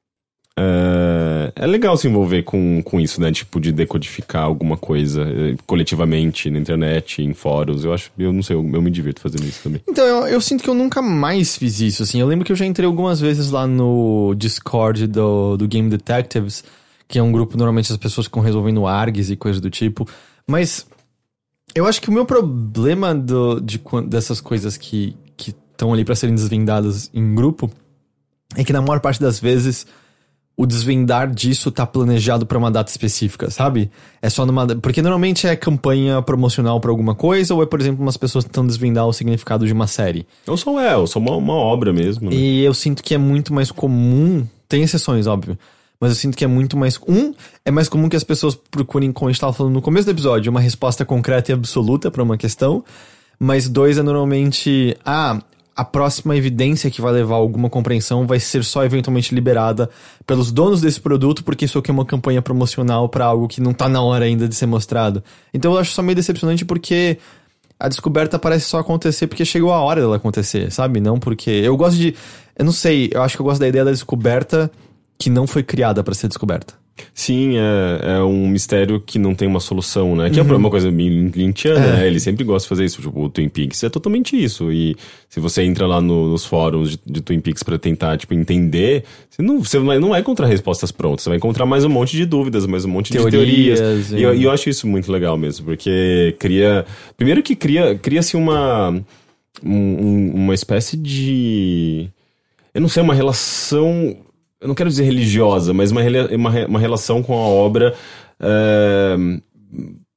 é legal se envolver com isso, né? Tipo, de decodificar alguma coisa coletivamente na internet, em fóruns. Eu não sei, eu me divirto fazendo isso também. Então, eu sinto que eu nunca mais fiz isso, assim. Eu lembro que eu já entrei algumas vezes lá no Discord do Game Detectives, que é um grupo, normalmente as pessoas ficam resolvendo ARGs e coisas do tipo. Mas eu acho que o meu problema dessas coisas que estão ali pra serem desvendadas em grupo é que na maior parte das vezes o desvendar disso tá planejado pra uma data específica, sabe? É só porque normalmente é campanha promocional pra alguma coisa, ou é, por exemplo, umas pessoas tentando desvendar o significado de uma série. Ou só uma obra mesmo, né? E eu sinto que é muito mais comum... Tem exceções, óbvio. Mas eu sinto que é muito mais... é mais comum que as pessoas procurem, como a gente tava falando no começo do episódio, uma resposta concreta e absoluta pra uma questão. Mas 2 é normalmente... a próxima evidência que vai levar a alguma compreensão vai ser só eventualmente liberada pelos donos desse produto, porque isso aqui é uma campanha promocional pra algo que não tá na hora ainda de ser mostrado. Então eu acho só meio decepcionante porque a descoberta parece só acontecer porque chegou a hora dela acontecer, sabe? Não porque... Eu gosto de... Eu não sei, eu acho que eu gosto da ideia da descoberta que não foi criada pra ser descoberta. Sim, é um mistério que não tem uma solução, né? Que é uma coisa meio lynchiana, né? Ele sempre gosta de fazer isso. Tipo, o Twin Peaks é totalmente isso. E se você entra lá nos fóruns de Twin Peaks pra tentar, tipo, entender, você não vai encontrar respostas prontas. Você vai encontrar mais um monte de dúvidas, mais um monte de teorias. E eu acho isso muito legal mesmo, porque primeiro que cria-se uma espécie de... Eu não sei, uma relação... Eu não quero dizer religiosa, mas uma relação com a obra que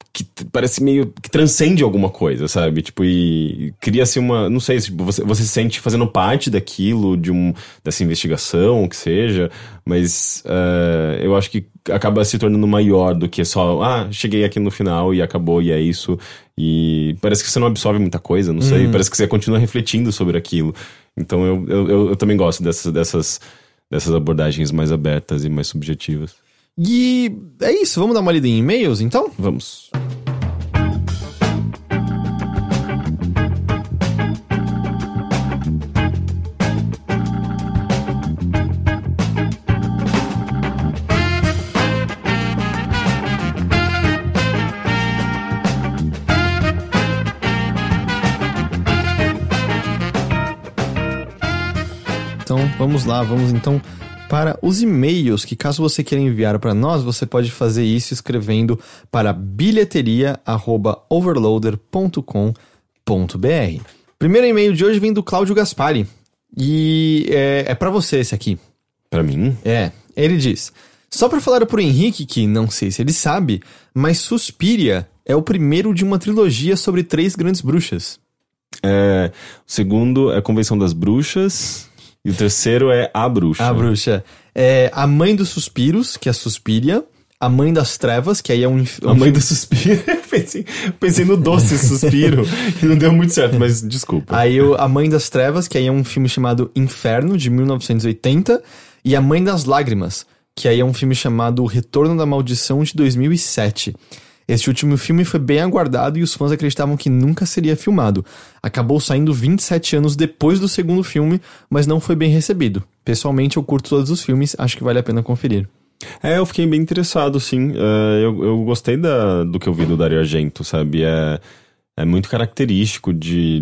parece meio que transcende alguma coisa, sabe? Tipo, e cria-se uma... Não sei, tipo, você se sente fazendo parte daquilo, dessa investigação, o que seja, mas eu acho que acaba se tornando maior do que só, cheguei aqui no final e acabou, e é isso. E parece que você não absorve muita coisa, não sei. Parece que você continua refletindo sobre aquilo. Então eu também gosto dessas abordagens mais abertas e mais subjetivas. E é isso, vamos dar uma lida em e-mails, então? Vamos. Então, vamos lá, vamos então para os e-mails, que caso você queira enviar para nós, você pode fazer isso escrevendo para bilheteria@overloader.com.br. Primeiro e-mail de hoje vem do Cláudio Gaspari, e é para você esse aqui. Pra mim? Ele diz: só para falar pro Henrique, que não sei se ele sabe, mas Suspiria é o primeiro de uma trilogia sobre 3 grandes bruxas. O segundo é a Convenção das Bruxas. E o terceiro é A Bruxa. A Bruxa. É a Mãe dos Suspiros, que é Suspiria. A Mãe das Trevas, que aí é A Mãe do Suspiro. pensei no Doce Suspiro. E não deu muito certo, mas desculpa. Aí a Mãe das Trevas, que aí é um filme chamado Inferno, de 1980. E A Mãe das Lágrimas, que aí é um filme chamado O Retorno da Maldição, de 2007. Este último filme foi bem aguardado e os fãs acreditavam que nunca seria filmado. Acabou saindo 27 anos depois do segundo filme, mas não foi bem recebido. Pessoalmente, eu curto todos os filmes, acho que vale a pena conferir. Eu fiquei bem interessado, sim. Eu gostei do que eu vi do Dario Argento, sabe? É muito característico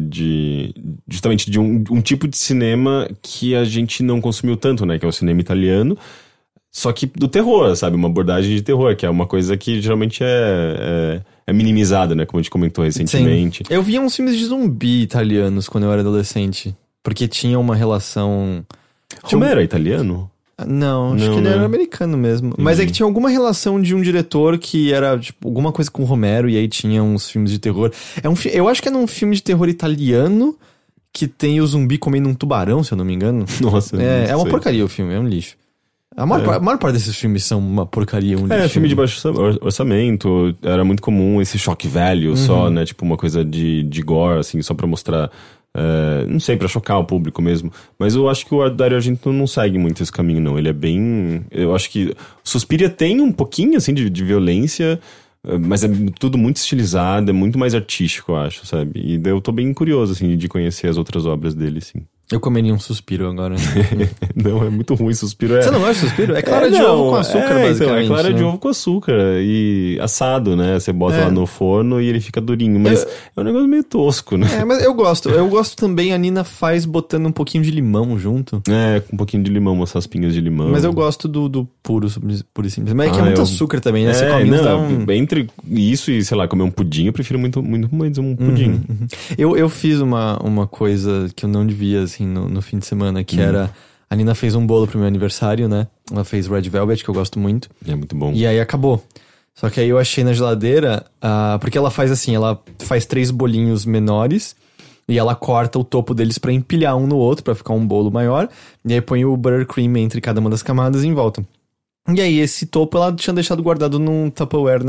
justamente de um tipo de cinema que a gente não consumiu tanto, né? Que é o cinema italiano. Só que do terror, sabe? Uma abordagem de terror, que é uma coisa que geralmente é minimizada, né? Como a gente comentou recentemente. Sim. Eu via uns filmes de zumbi italianos quando eu era adolescente. Porque tinha uma relação... Romero é italiano? Não, acho que ele era americano mesmo. Mas é que tinha alguma relação de um diretor que era, tipo, alguma coisa com o Romero, e aí tinha uns filmes de terror. Eu acho que é um filme de terror italiano que tem o zumbi comendo um tubarão, se eu não me engano. Nossa, é uma porcaria o filme, é um lixo. A maior parte desses filmes são uma porcaria, um lixo. Filme de baixo orçamento, era muito comum esse shock value só, né? Tipo, uma coisa de gore, assim, só pra mostrar... não sei, pra chocar o público mesmo. Mas eu acho que o Dario Argento não segue muito esse caminho, não. Ele é bem... Eu acho que Suspiria tem um pouquinho, assim, de violência, mas é tudo muito estilizado, é muito mais artístico, eu acho, sabe? E eu tô bem curioso, assim, de conhecer as outras obras dele, sim. Eu comeria um Suspiro agora. Não, é muito ruim Suspiro. Você não gosta de Suspiro? É clara de ovo com açúcar, basicamente. Então, é clara de ovo com açúcar e assado, né? Você bota lá no forno e ele fica durinho. Mas é um negócio meio tosco, né? Mas eu gosto. Eu gosto também, a Nina faz botando um pouquinho de limão junto. Com um pouquinho de limão, umas raspinhas de limão. Mas eu gosto do puro e simples. Mas é que é muito açúcar também, né? Você come entre isso e, sei lá, comer um pudim, eu prefiro muito mais um pudim. Eu fiz uma coisa que eu não devia, assim, no fim de semana, que era... A Nina fez um bolo pro meu aniversário, né? Ela fez Red Velvet, que eu gosto muito. É muito bom. E aí acabou. Só que aí eu achei na geladeira... porque ela faz assim, ela faz 3 bolinhos menores... E ela corta o topo deles pra empilhar um no outro, pra ficar um bolo maior. E aí põe o buttercream entre cada uma das camadas em volta. E aí esse topo ela tinha deixado guardado num Tupperware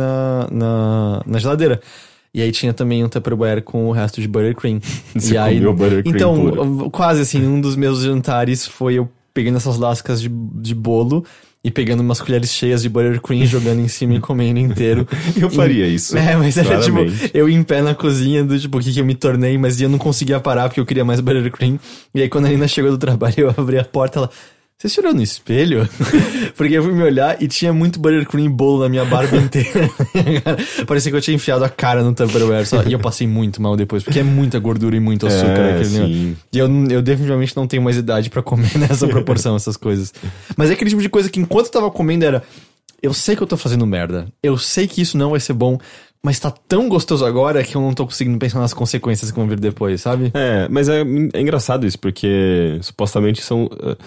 na geladeira. E aí tinha também um Tupperware com o resto de buttercream. Você comeu buttercream então, puro. quase assim, um dos meus jantares foi eu pegando essas lascas de bolo e pegando umas colheres cheias de buttercream, jogando em cima e comendo inteiro. Eu faria isso. Mas era claramente. tipo, eu em pé na cozinha do tipo, o que eu me tornei, mas eu não conseguia parar porque eu queria mais buttercream. E aí quando a Nina chegou do trabalho, eu abri a porta, ela... Você se olhou no espelho? Porque eu fui me olhar e tinha muito buttercream bolo na minha barba inteira. Parecia que eu tinha enfiado a cara no Tupperware só. E eu passei muito mal depois, porque é muita gordura e muito açúcar aquele negócio. E eu definitivamente não tenho mais idade pra comer nessa proporção, essas coisas. Mas é aquele tipo de coisa que enquanto eu tava comendo era... Eu sei que eu tô fazendo merda. Eu sei que isso não vai ser bom. Mas tá tão gostoso agora que eu não tô conseguindo pensar nas consequências que vão vir depois, sabe? Mas é engraçado isso, porque supostamente são...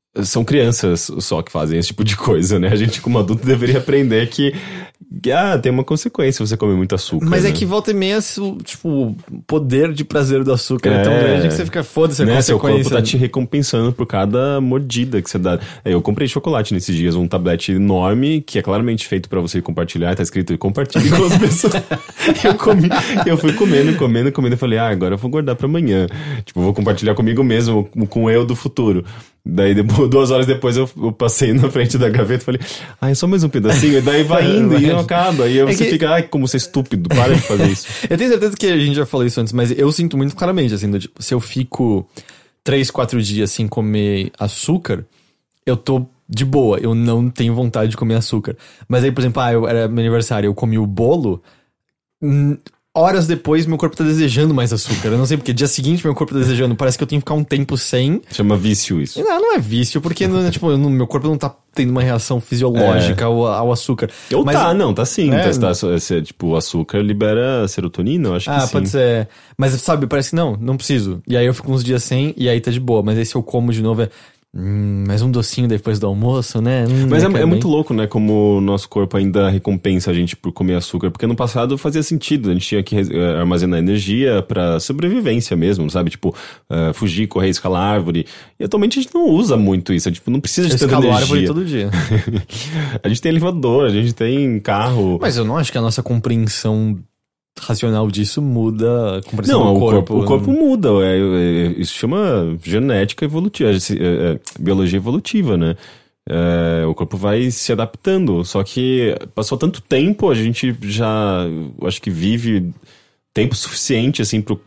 são crianças só que fazem esse tipo de coisa, né? A gente, como adulto, deveria aprender que tem uma consequência você comer muito açúcar. Mas né? é que volta e meia, tipo, o poder de prazer do açúcar é tão grande que você fica foda-se a né? Seu consequência. corpo tá te recompensando por cada mordida que você dá. Eu comprei chocolate nesses dias, um tablete enorme, que é claramente feito pra você compartilhar, tá escrito compartilhe com as pessoas. Eu fui comendo, e falei, agora eu vou guardar pra amanhã. Tipo, eu vou compartilhar comigo mesmo, com eu do futuro. Daí, 2 horas depois, eu passei na frente da gaveta e falei, é só mais um pedacinho. E daí vai indo e não acaba. E aí você fica, como você é estúpido, para de fazer isso. Eu tenho certeza que a gente já falou isso antes, mas eu sinto muito claramente, assim, tipo, se eu fico 3, 4 dias sem comer açúcar, eu tô de boa, eu não tenho vontade de comer açúcar. Mas aí, por exemplo, era meu aniversário, eu comi o bolo, horas depois meu corpo tá desejando mais açúcar. Eu não sei porque, dia seguinte meu corpo tá desejando, parece que eu tenho que ficar um tempo sem. Chama vício isso. Não é vício, porque tipo, meu corpo não tá tendo uma reação fisiológica ao açúcar. Ou tá sim. Tipo, o açúcar libera serotonina, eu acho que sim. Pode ser. Mas sabe, parece que não preciso. E aí eu fico uns dias sem, e aí tá de boa. Mas aí se eu como de novo mais um docinho depois do almoço, né? Mas é muito louco, né? Como o nosso corpo ainda recompensa a gente por comer açúcar. Porque no passado fazia sentido. A gente tinha que armazenar energia pra sobrevivência mesmo, sabe? Tipo, fugir, correr, escalar árvore. E atualmente a gente não usa muito isso. Tipo, não precisa de tanta energia. Escalar árvore todo dia. A gente tem elevador, a gente tem carro. Mas eu não acho que a nossa compreensão racional disso muda a compreensão do corpo. O corpo muda. Isso chama genética evolutiva, biologia evolutiva, né? O corpo vai se adaptando. Só que passou tanto tempo, a gente já, acho que vive tempo suficiente, assim, pro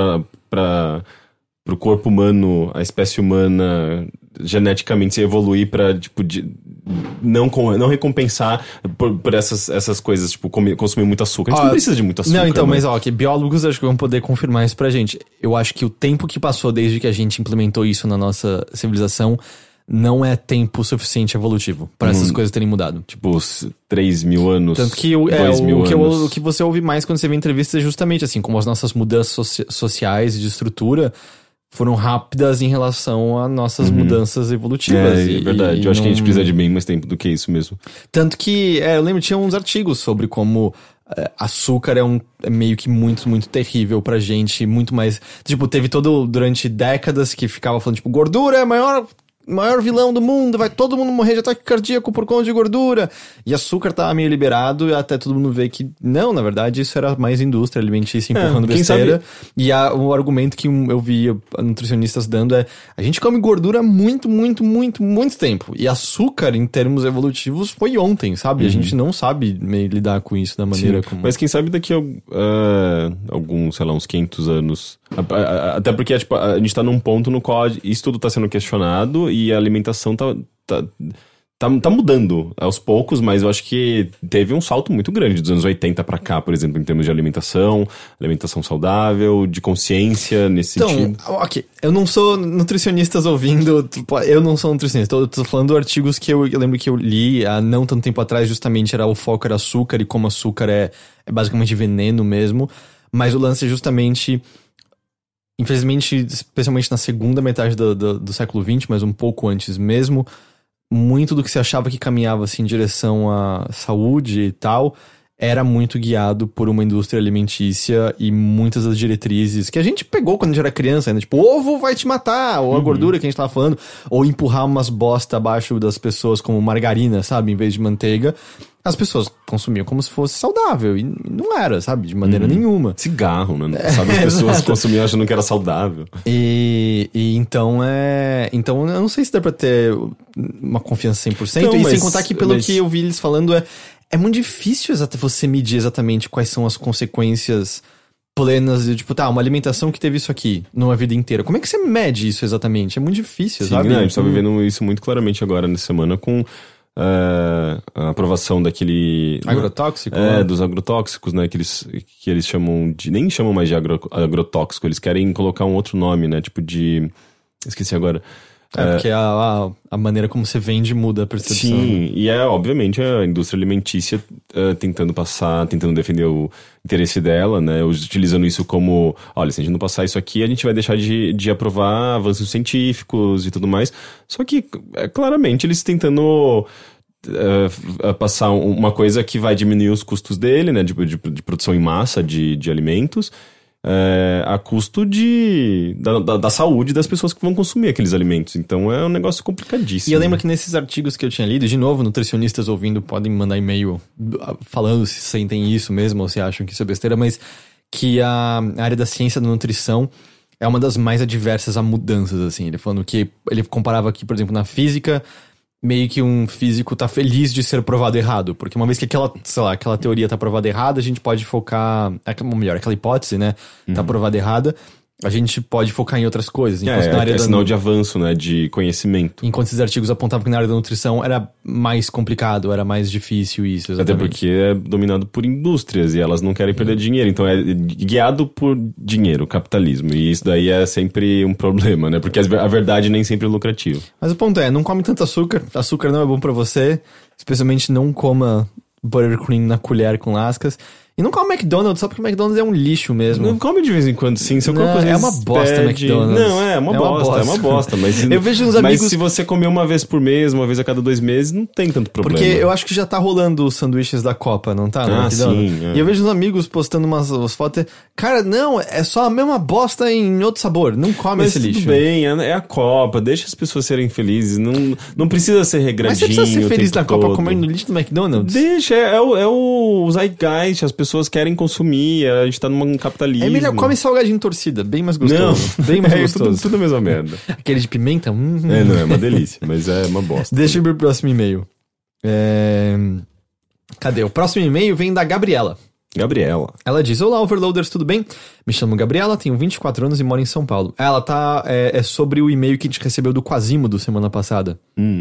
corpo humano, a espécie humana, geneticamente se evoluir pra, tipo, não recompensar por essas coisas, tipo, consumir muito açúcar. A gente não precisa de muito açúcar. Não, então, mas que biólogos acho que vão poder confirmar isso pra gente. Eu acho que o tempo que passou desde que a gente implementou isso na nossa civilização não é tempo suficiente evolutivo para essas coisas terem mudado. Tipo, 3.000 anos. Tanto que o que você ouve mais quando você vê entrevistas é justamente assim, como as nossas mudanças sociais e de estrutura foram rápidas em relação a nossas mudanças evolutivas. É verdade. Eu acho que a gente precisa de bem mais tempo do que isso mesmo. Tanto que, eu lembro, tinha uns artigos sobre como açúcar é meio que muito, muito terrível pra gente, muito mais... Tipo, teve durante décadas que ficava falando, tipo, gordura é maior vilão do mundo, vai todo mundo morrer de ataque cardíaco por conta de gordura. E açúcar tava meio liberado, e até todo mundo vê que não, na verdade, isso era mais indústria alimentícia empurrando besteira. E o argumento que eu vi nutricionistas dando a gente come gordura há muito, muito, muito, muito tempo. E açúcar, em termos evolutivos, foi ontem, sabe? A gente não sabe lidar com isso da maneira como... Mas quem sabe daqui a alguns, sei lá, uns 500 anos... Até porque tipo, a gente tá num ponto no qual isso tudo tá sendo questionado e a alimentação tá mudando aos poucos, mas eu acho que teve um salto muito grande dos anos 80 pra cá, por exemplo, em termos de alimentação saudável, de consciência nesse sentido. Então, ok, eu não sou nutricionistas ouvindo, eu não sou nutricionista, eu tô falando de artigos que eu lembro que eu li há não tanto tempo atrás, justamente o foco era açúcar e como açúcar é basicamente veneno mesmo, mas o lance é justamente... Infelizmente, especialmente na segunda metade do século XX, mas um pouco antes mesmo, muito do que se achava que caminhava assim, em direção à saúde e tal, era muito guiado por uma indústria alimentícia e muitas das diretrizes que a gente pegou quando a gente era criança, né? Tipo, ovo vai te matar, ou a gordura que a gente tava falando, ou empurrar umas bosta abaixo das pessoas como margarina, sabe? Em vez de manteiga. As pessoas consumiam como se fosse saudável, e não era, sabe? De maneira nenhuma. Cigarro, né? Sabe, as pessoas consumiam achando que era saudável. E então Então eu não sei se dá pra ter uma confiança 100%. Então, sem contar que pelo que eu vi eles falando é muito difícil você medir exatamente quais são as consequências plenas de, tipo, uma alimentação que teve isso aqui numa vida inteira. Como é que você mede isso exatamente? É muito difícil, sabe? Não, a gente tá vivendo isso muito claramente agora, nessa semana, com a aprovação daquele... Agrotóxico? Dos agrotóxicos, né? Que eles chamam de... Nem chamam mais de agrotóxico, eles querem colocar um outro nome, né? Tipo de... Esqueci agora. Porque a maneira como você vende muda a percepção. Sim, e obviamente a indústria alimentícia tentando defender o interesse dela, né? Utilizando isso como, olha, se a gente não passar isso aqui, a gente vai deixar de aprovar avanços científicos e tudo mais. Só que, claramente, eles tentando passar uma coisa que vai diminuir os custos dele, né? De produção em massa de alimentos. A custo da saúde das pessoas que vão consumir aqueles alimentos. Então é um negócio complicadíssimo. E eu lembro que nesses artigos que eu tinha lido, de novo, nutricionistas ouvindo podem me mandar e-mail falando se sentem isso mesmo ou se acham que isso é besteira, mas que a área da ciência da nutrição é uma das mais adversas a mudanças, assim. Ele falando que ele comparava aqui, por exemplo, na física, meio que um físico tá feliz de ser provado errado, porque uma vez que aquela teoria tá provada errada, a gente pode focar, melhor, aquela hipótese, né, tá provada errada, a gente pode focar em outras coisas. É sinal de avanço, né, de conhecimento. Enquanto esses artigos apontavam que na área da nutrição era mais complicado, era mais difícil isso, exatamente. Até porque é dominado por indústrias e elas não querem perder dinheiro, então é guiado por dinheiro, capitalismo, e isso daí é sempre um problema, né, porque a verdade nem sempre é lucrativa. Mas o ponto não come tanto açúcar não é bom pra você, especialmente não coma buttercream na colher com lascas. E não come McDonald's só porque o McDonald's é um lixo mesmo. Não come de vez em quando, sim. Seu corpo é uma bosta McDonald's. Não, é uma bosta. Mas eu vejo uns amigos... Mas se você comer uma vez por mês, uma vez a cada 2 meses, não tem tanto problema. Porque eu acho que já tá rolando os sanduíches da Copa, não tá? Sim. E eu vejo uns amigos postando umas fotos. Cara, não, é só a mesma bosta em outro sabor. Não come esse lixo. Tudo bem, é a Copa. Deixa as pessoas serem felizes. Não precisa ser regradinho. Mas você precisa ser feliz na Copa comendo lixo do McDonald's? Deixa, é o zeitgeist. As pessoas querem consumir. A gente tá num capitalismo. É melhor, come salgadinho torcida, bem mais gostoso. Não, bem mais gostoso. Tudo a mesma merda. Aquele de pimenta? Não, é uma delícia, mas é uma bosta. Deixa eu ir pro próximo e-mail. Cadê? O próximo e-mail vem da Gabriela. Ela diz: Olá, Overloaders, tudo bem? Me chamo Gabriela, tenho 24 anos e moro em São Paulo. Ela tá... É sobre o e-mail que a gente recebeu do Quasimodo semana passada.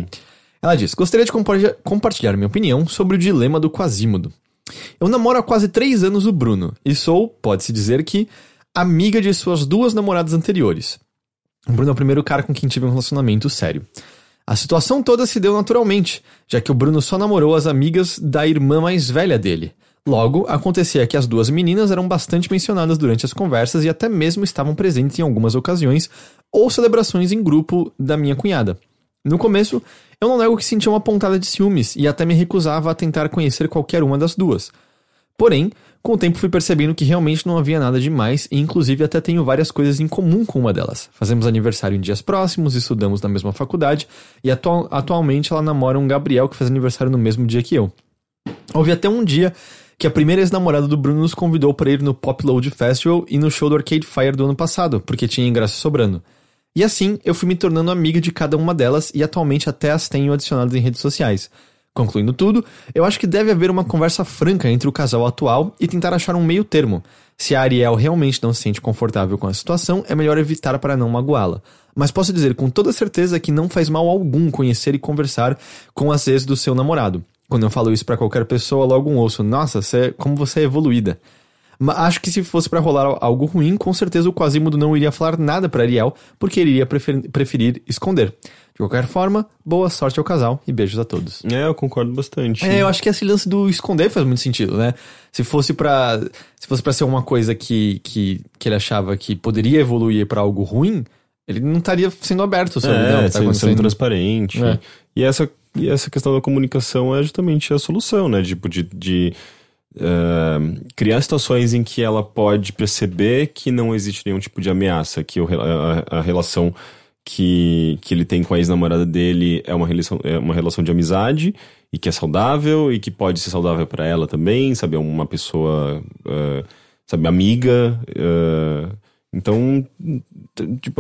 Ela diz: Gostaria de compartilhar minha opinião sobre o dilema do Quasimodo. Eu namoro há quase 3 anos o Bruno, e sou, pode-se dizer que, amiga de suas 2 namoradas anteriores. O Bruno é o primeiro cara com quem tive um relacionamento sério. A situação toda se deu naturalmente, já que o Bruno só namorou as amigas da irmã mais velha dele. Logo, acontecia que as 2 meninas eram bastante mencionadas durante as conversas e até mesmo estavam presentes em algumas ocasiões ou celebrações em grupo da minha cunhada. No começo, eu não nego que sentia uma pontada de ciúmes e até me recusava a tentar conhecer qualquer uma das 2. Porém, com o tempo fui percebendo que realmente não havia nada demais e inclusive até tenho várias coisas em comum com uma delas. Fazemos aniversário em dias próximos, estudamos na mesma faculdade e atualmente ela namora um Gabriel que faz aniversário no mesmo dia que eu. Houve até um dia que a primeira ex-namorada do Bruno nos convidou para ir no Pop Load Festival e no show do Arcade Fire do ano passado, porque tinha ingresso sobrando. E assim, eu fui me tornando amiga de cada uma delas e atualmente até as tenho adicionadas em redes sociais. Concluindo tudo, eu acho que deve haver uma conversa franca entre o casal atual e tentar achar um meio termo. Se a Ariel realmente não se sente confortável com a situação, é melhor evitar para não magoá-la. Mas posso dizer com toda certeza que não faz mal algum conhecer e conversar com as ex do seu namorado. Quando eu falo isso pra qualquer pessoa, logo ouço: nossa, como você é evoluída. Mas acho que se fosse pra rolar algo ruim, com certeza o Quasimodo não iria falar nada pra Ariel, porque ele iria preferir esconder. De qualquer forma, boa sorte ao casal e beijos a todos. Eu concordo bastante. Eu acho que esse lance do esconder faz muito sentido, né? Se fosse pra ser uma coisa que ele achava que poderia evoluir pra algo ruim, ele não estaria sendo aberto sobre o que tá sendo transparente. E essa questão da comunicação é justamente a solução, né? Tipo, de criar situações em que ela pode perceber que não existe nenhum tipo de ameaça, que a relação que ele tem com a ex-namorada dele é uma relação de amizade e que é saudável e que pode ser saudável para ela também, sabe? É uma pessoa, sabe, amiga. Então, tipo,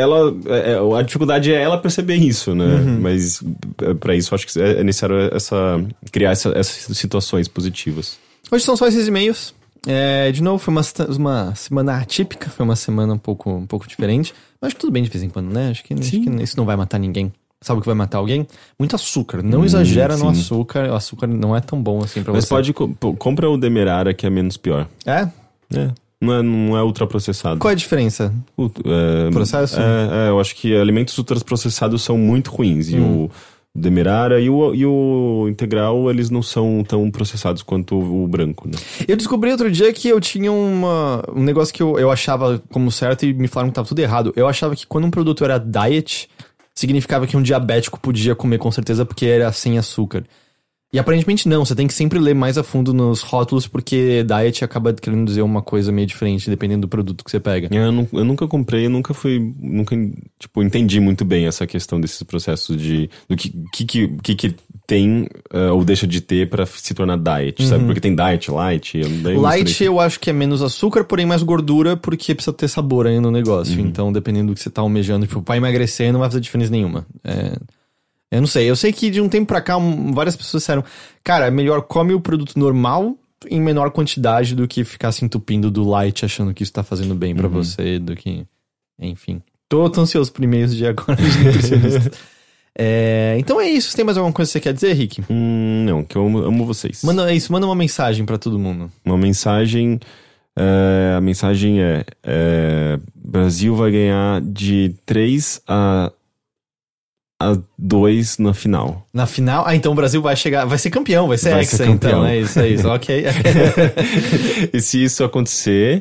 a dificuldade é ela perceber isso, né? Mas para isso acho que é necessário criar essas situações positivas. Hoje são só esses e-mails. De novo, foi uma semana atípica, foi uma semana um pouco diferente. Mas acho que tudo bem de vez em quando, né? Acho que isso não vai matar ninguém. Sabe o que vai matar alguém? Muito açúcar. Não exagera no açúcar. O açúcar não é tão bom assim pra você. Mas compra o Demerara, que é menos pior. É? Não é ultraprocessado. Qual é a diferença? Processo? Eu acho que alimentos ultraprocessados são muito ruins. E o Demerara e o integral, eles não são tão processados quanto o branco, né? Eu descobri outro dia que eu tinha um negócio que eu achava como certo e me falaram que tava tudo errado. Eu achava que quando um produto era diet, significava que um diabético podia comer com certeza porque era sem açúcar. E aparentemente não, você tem que sempre ler mais a fundo nos rótulos, porque diet acaba querendo dizer uma coisa meio diferente, dependendo do produto que você pega. Eu nunca comprei, nunca entendi muito bem essa questão desses processos do que tem ou deixa de ter pra se tornar diet, sabe? Porque tem diet, light... Light eu acho que é menos açúcar, porém mais gordura, porque precisa ter sabor aí no negócio. Então, dependendo do que você tá almejando, tipo, pra emagrecer não vai fazer diferença nenhuma. Eu não sei, eu sei que de um tempo pra cá várias pessoas disseram, cara, é melhor come o produto normal em menor quantidade do que ficar se entupindo do light achando que isso tá fazendo bem pra você, do que... Enfim. Tô ansioso por e-mails de agora de nutricionista. Então é isso, você tem mais alguma coisa que você quer dizer, Rick? Não, que eu amo vocês. Manda uma mensagem pra todo mundo. Uma mensagem... a mensagem Brasil vai ganhar de 3-2 na final. Na final? Ah, então o Brasil vai ser campeão, vai ser hexa, então. É isso, ok. E se isso acontecer,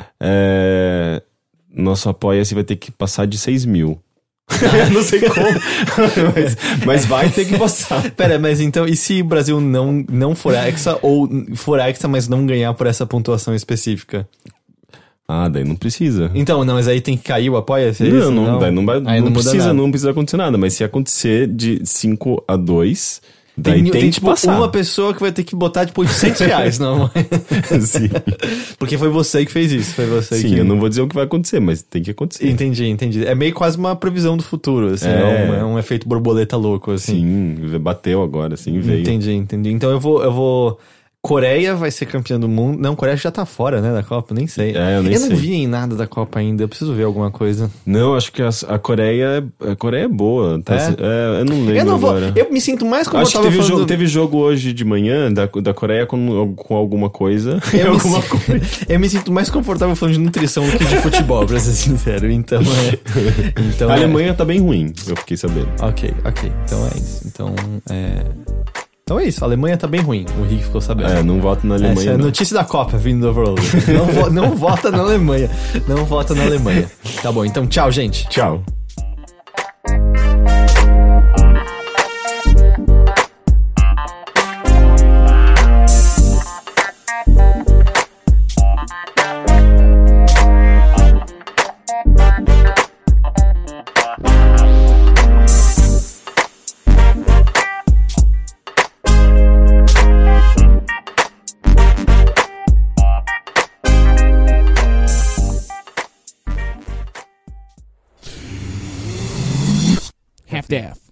nosso apoia-se vai ter que passar de 6 mil. Não sei como, mas vai ter que passar. Pera, mas então, e se o Brasil não for hexa, ou for hexa, mas não ganhar por essa pontuação específica? Daí não precisa. Então, não, mas aí tem que cair o apoia-se? Não precisa acontecer nada. Mas se acontecer de 5-2, daí tem que passar. Uma pessoa que vai ter que botar, tipo, R$800, não? Sim. Porque foi você que fez isso, foi você Sim, eu não vou dizer o que vai acontecer, mas tem que acontecer. Entendi. É meio quase uma previsão do futuro, assim, é um efeito borboleta louco, assim. Sim, bateu agora, assim, veio. Entendi. Então eu vou... Coreia vai ser campeã do mundo. Não, Coreia já tá fora, né, da Copa, nem sei. Eu não vi em nada da Copa ainda, eu preciso ver alguma coisa. Não, acho que a Coreia é boa. Tá? Eu não lembro agora. Eu me sinto mais confortável. Acho que teve jogo hoje de manhã da Coreia com alguma coisa. Eu me sinto mais confortável falando de nutrição do que de futebol, pra ser sincero. Então a Alemanha tá bem ruim, eu fiquei sabendo. Ok. Então é isso. Então é isso, a Alemanha tá bem ruim, o Rick ficou sabendo. Não vota na Alemanha. Essa é a notícia da Copa vindo do Overload. Não vota na Alemanha. Não vota na Alemanha. Tá bom, então tchau, gente. Tchau. Half-Deaf.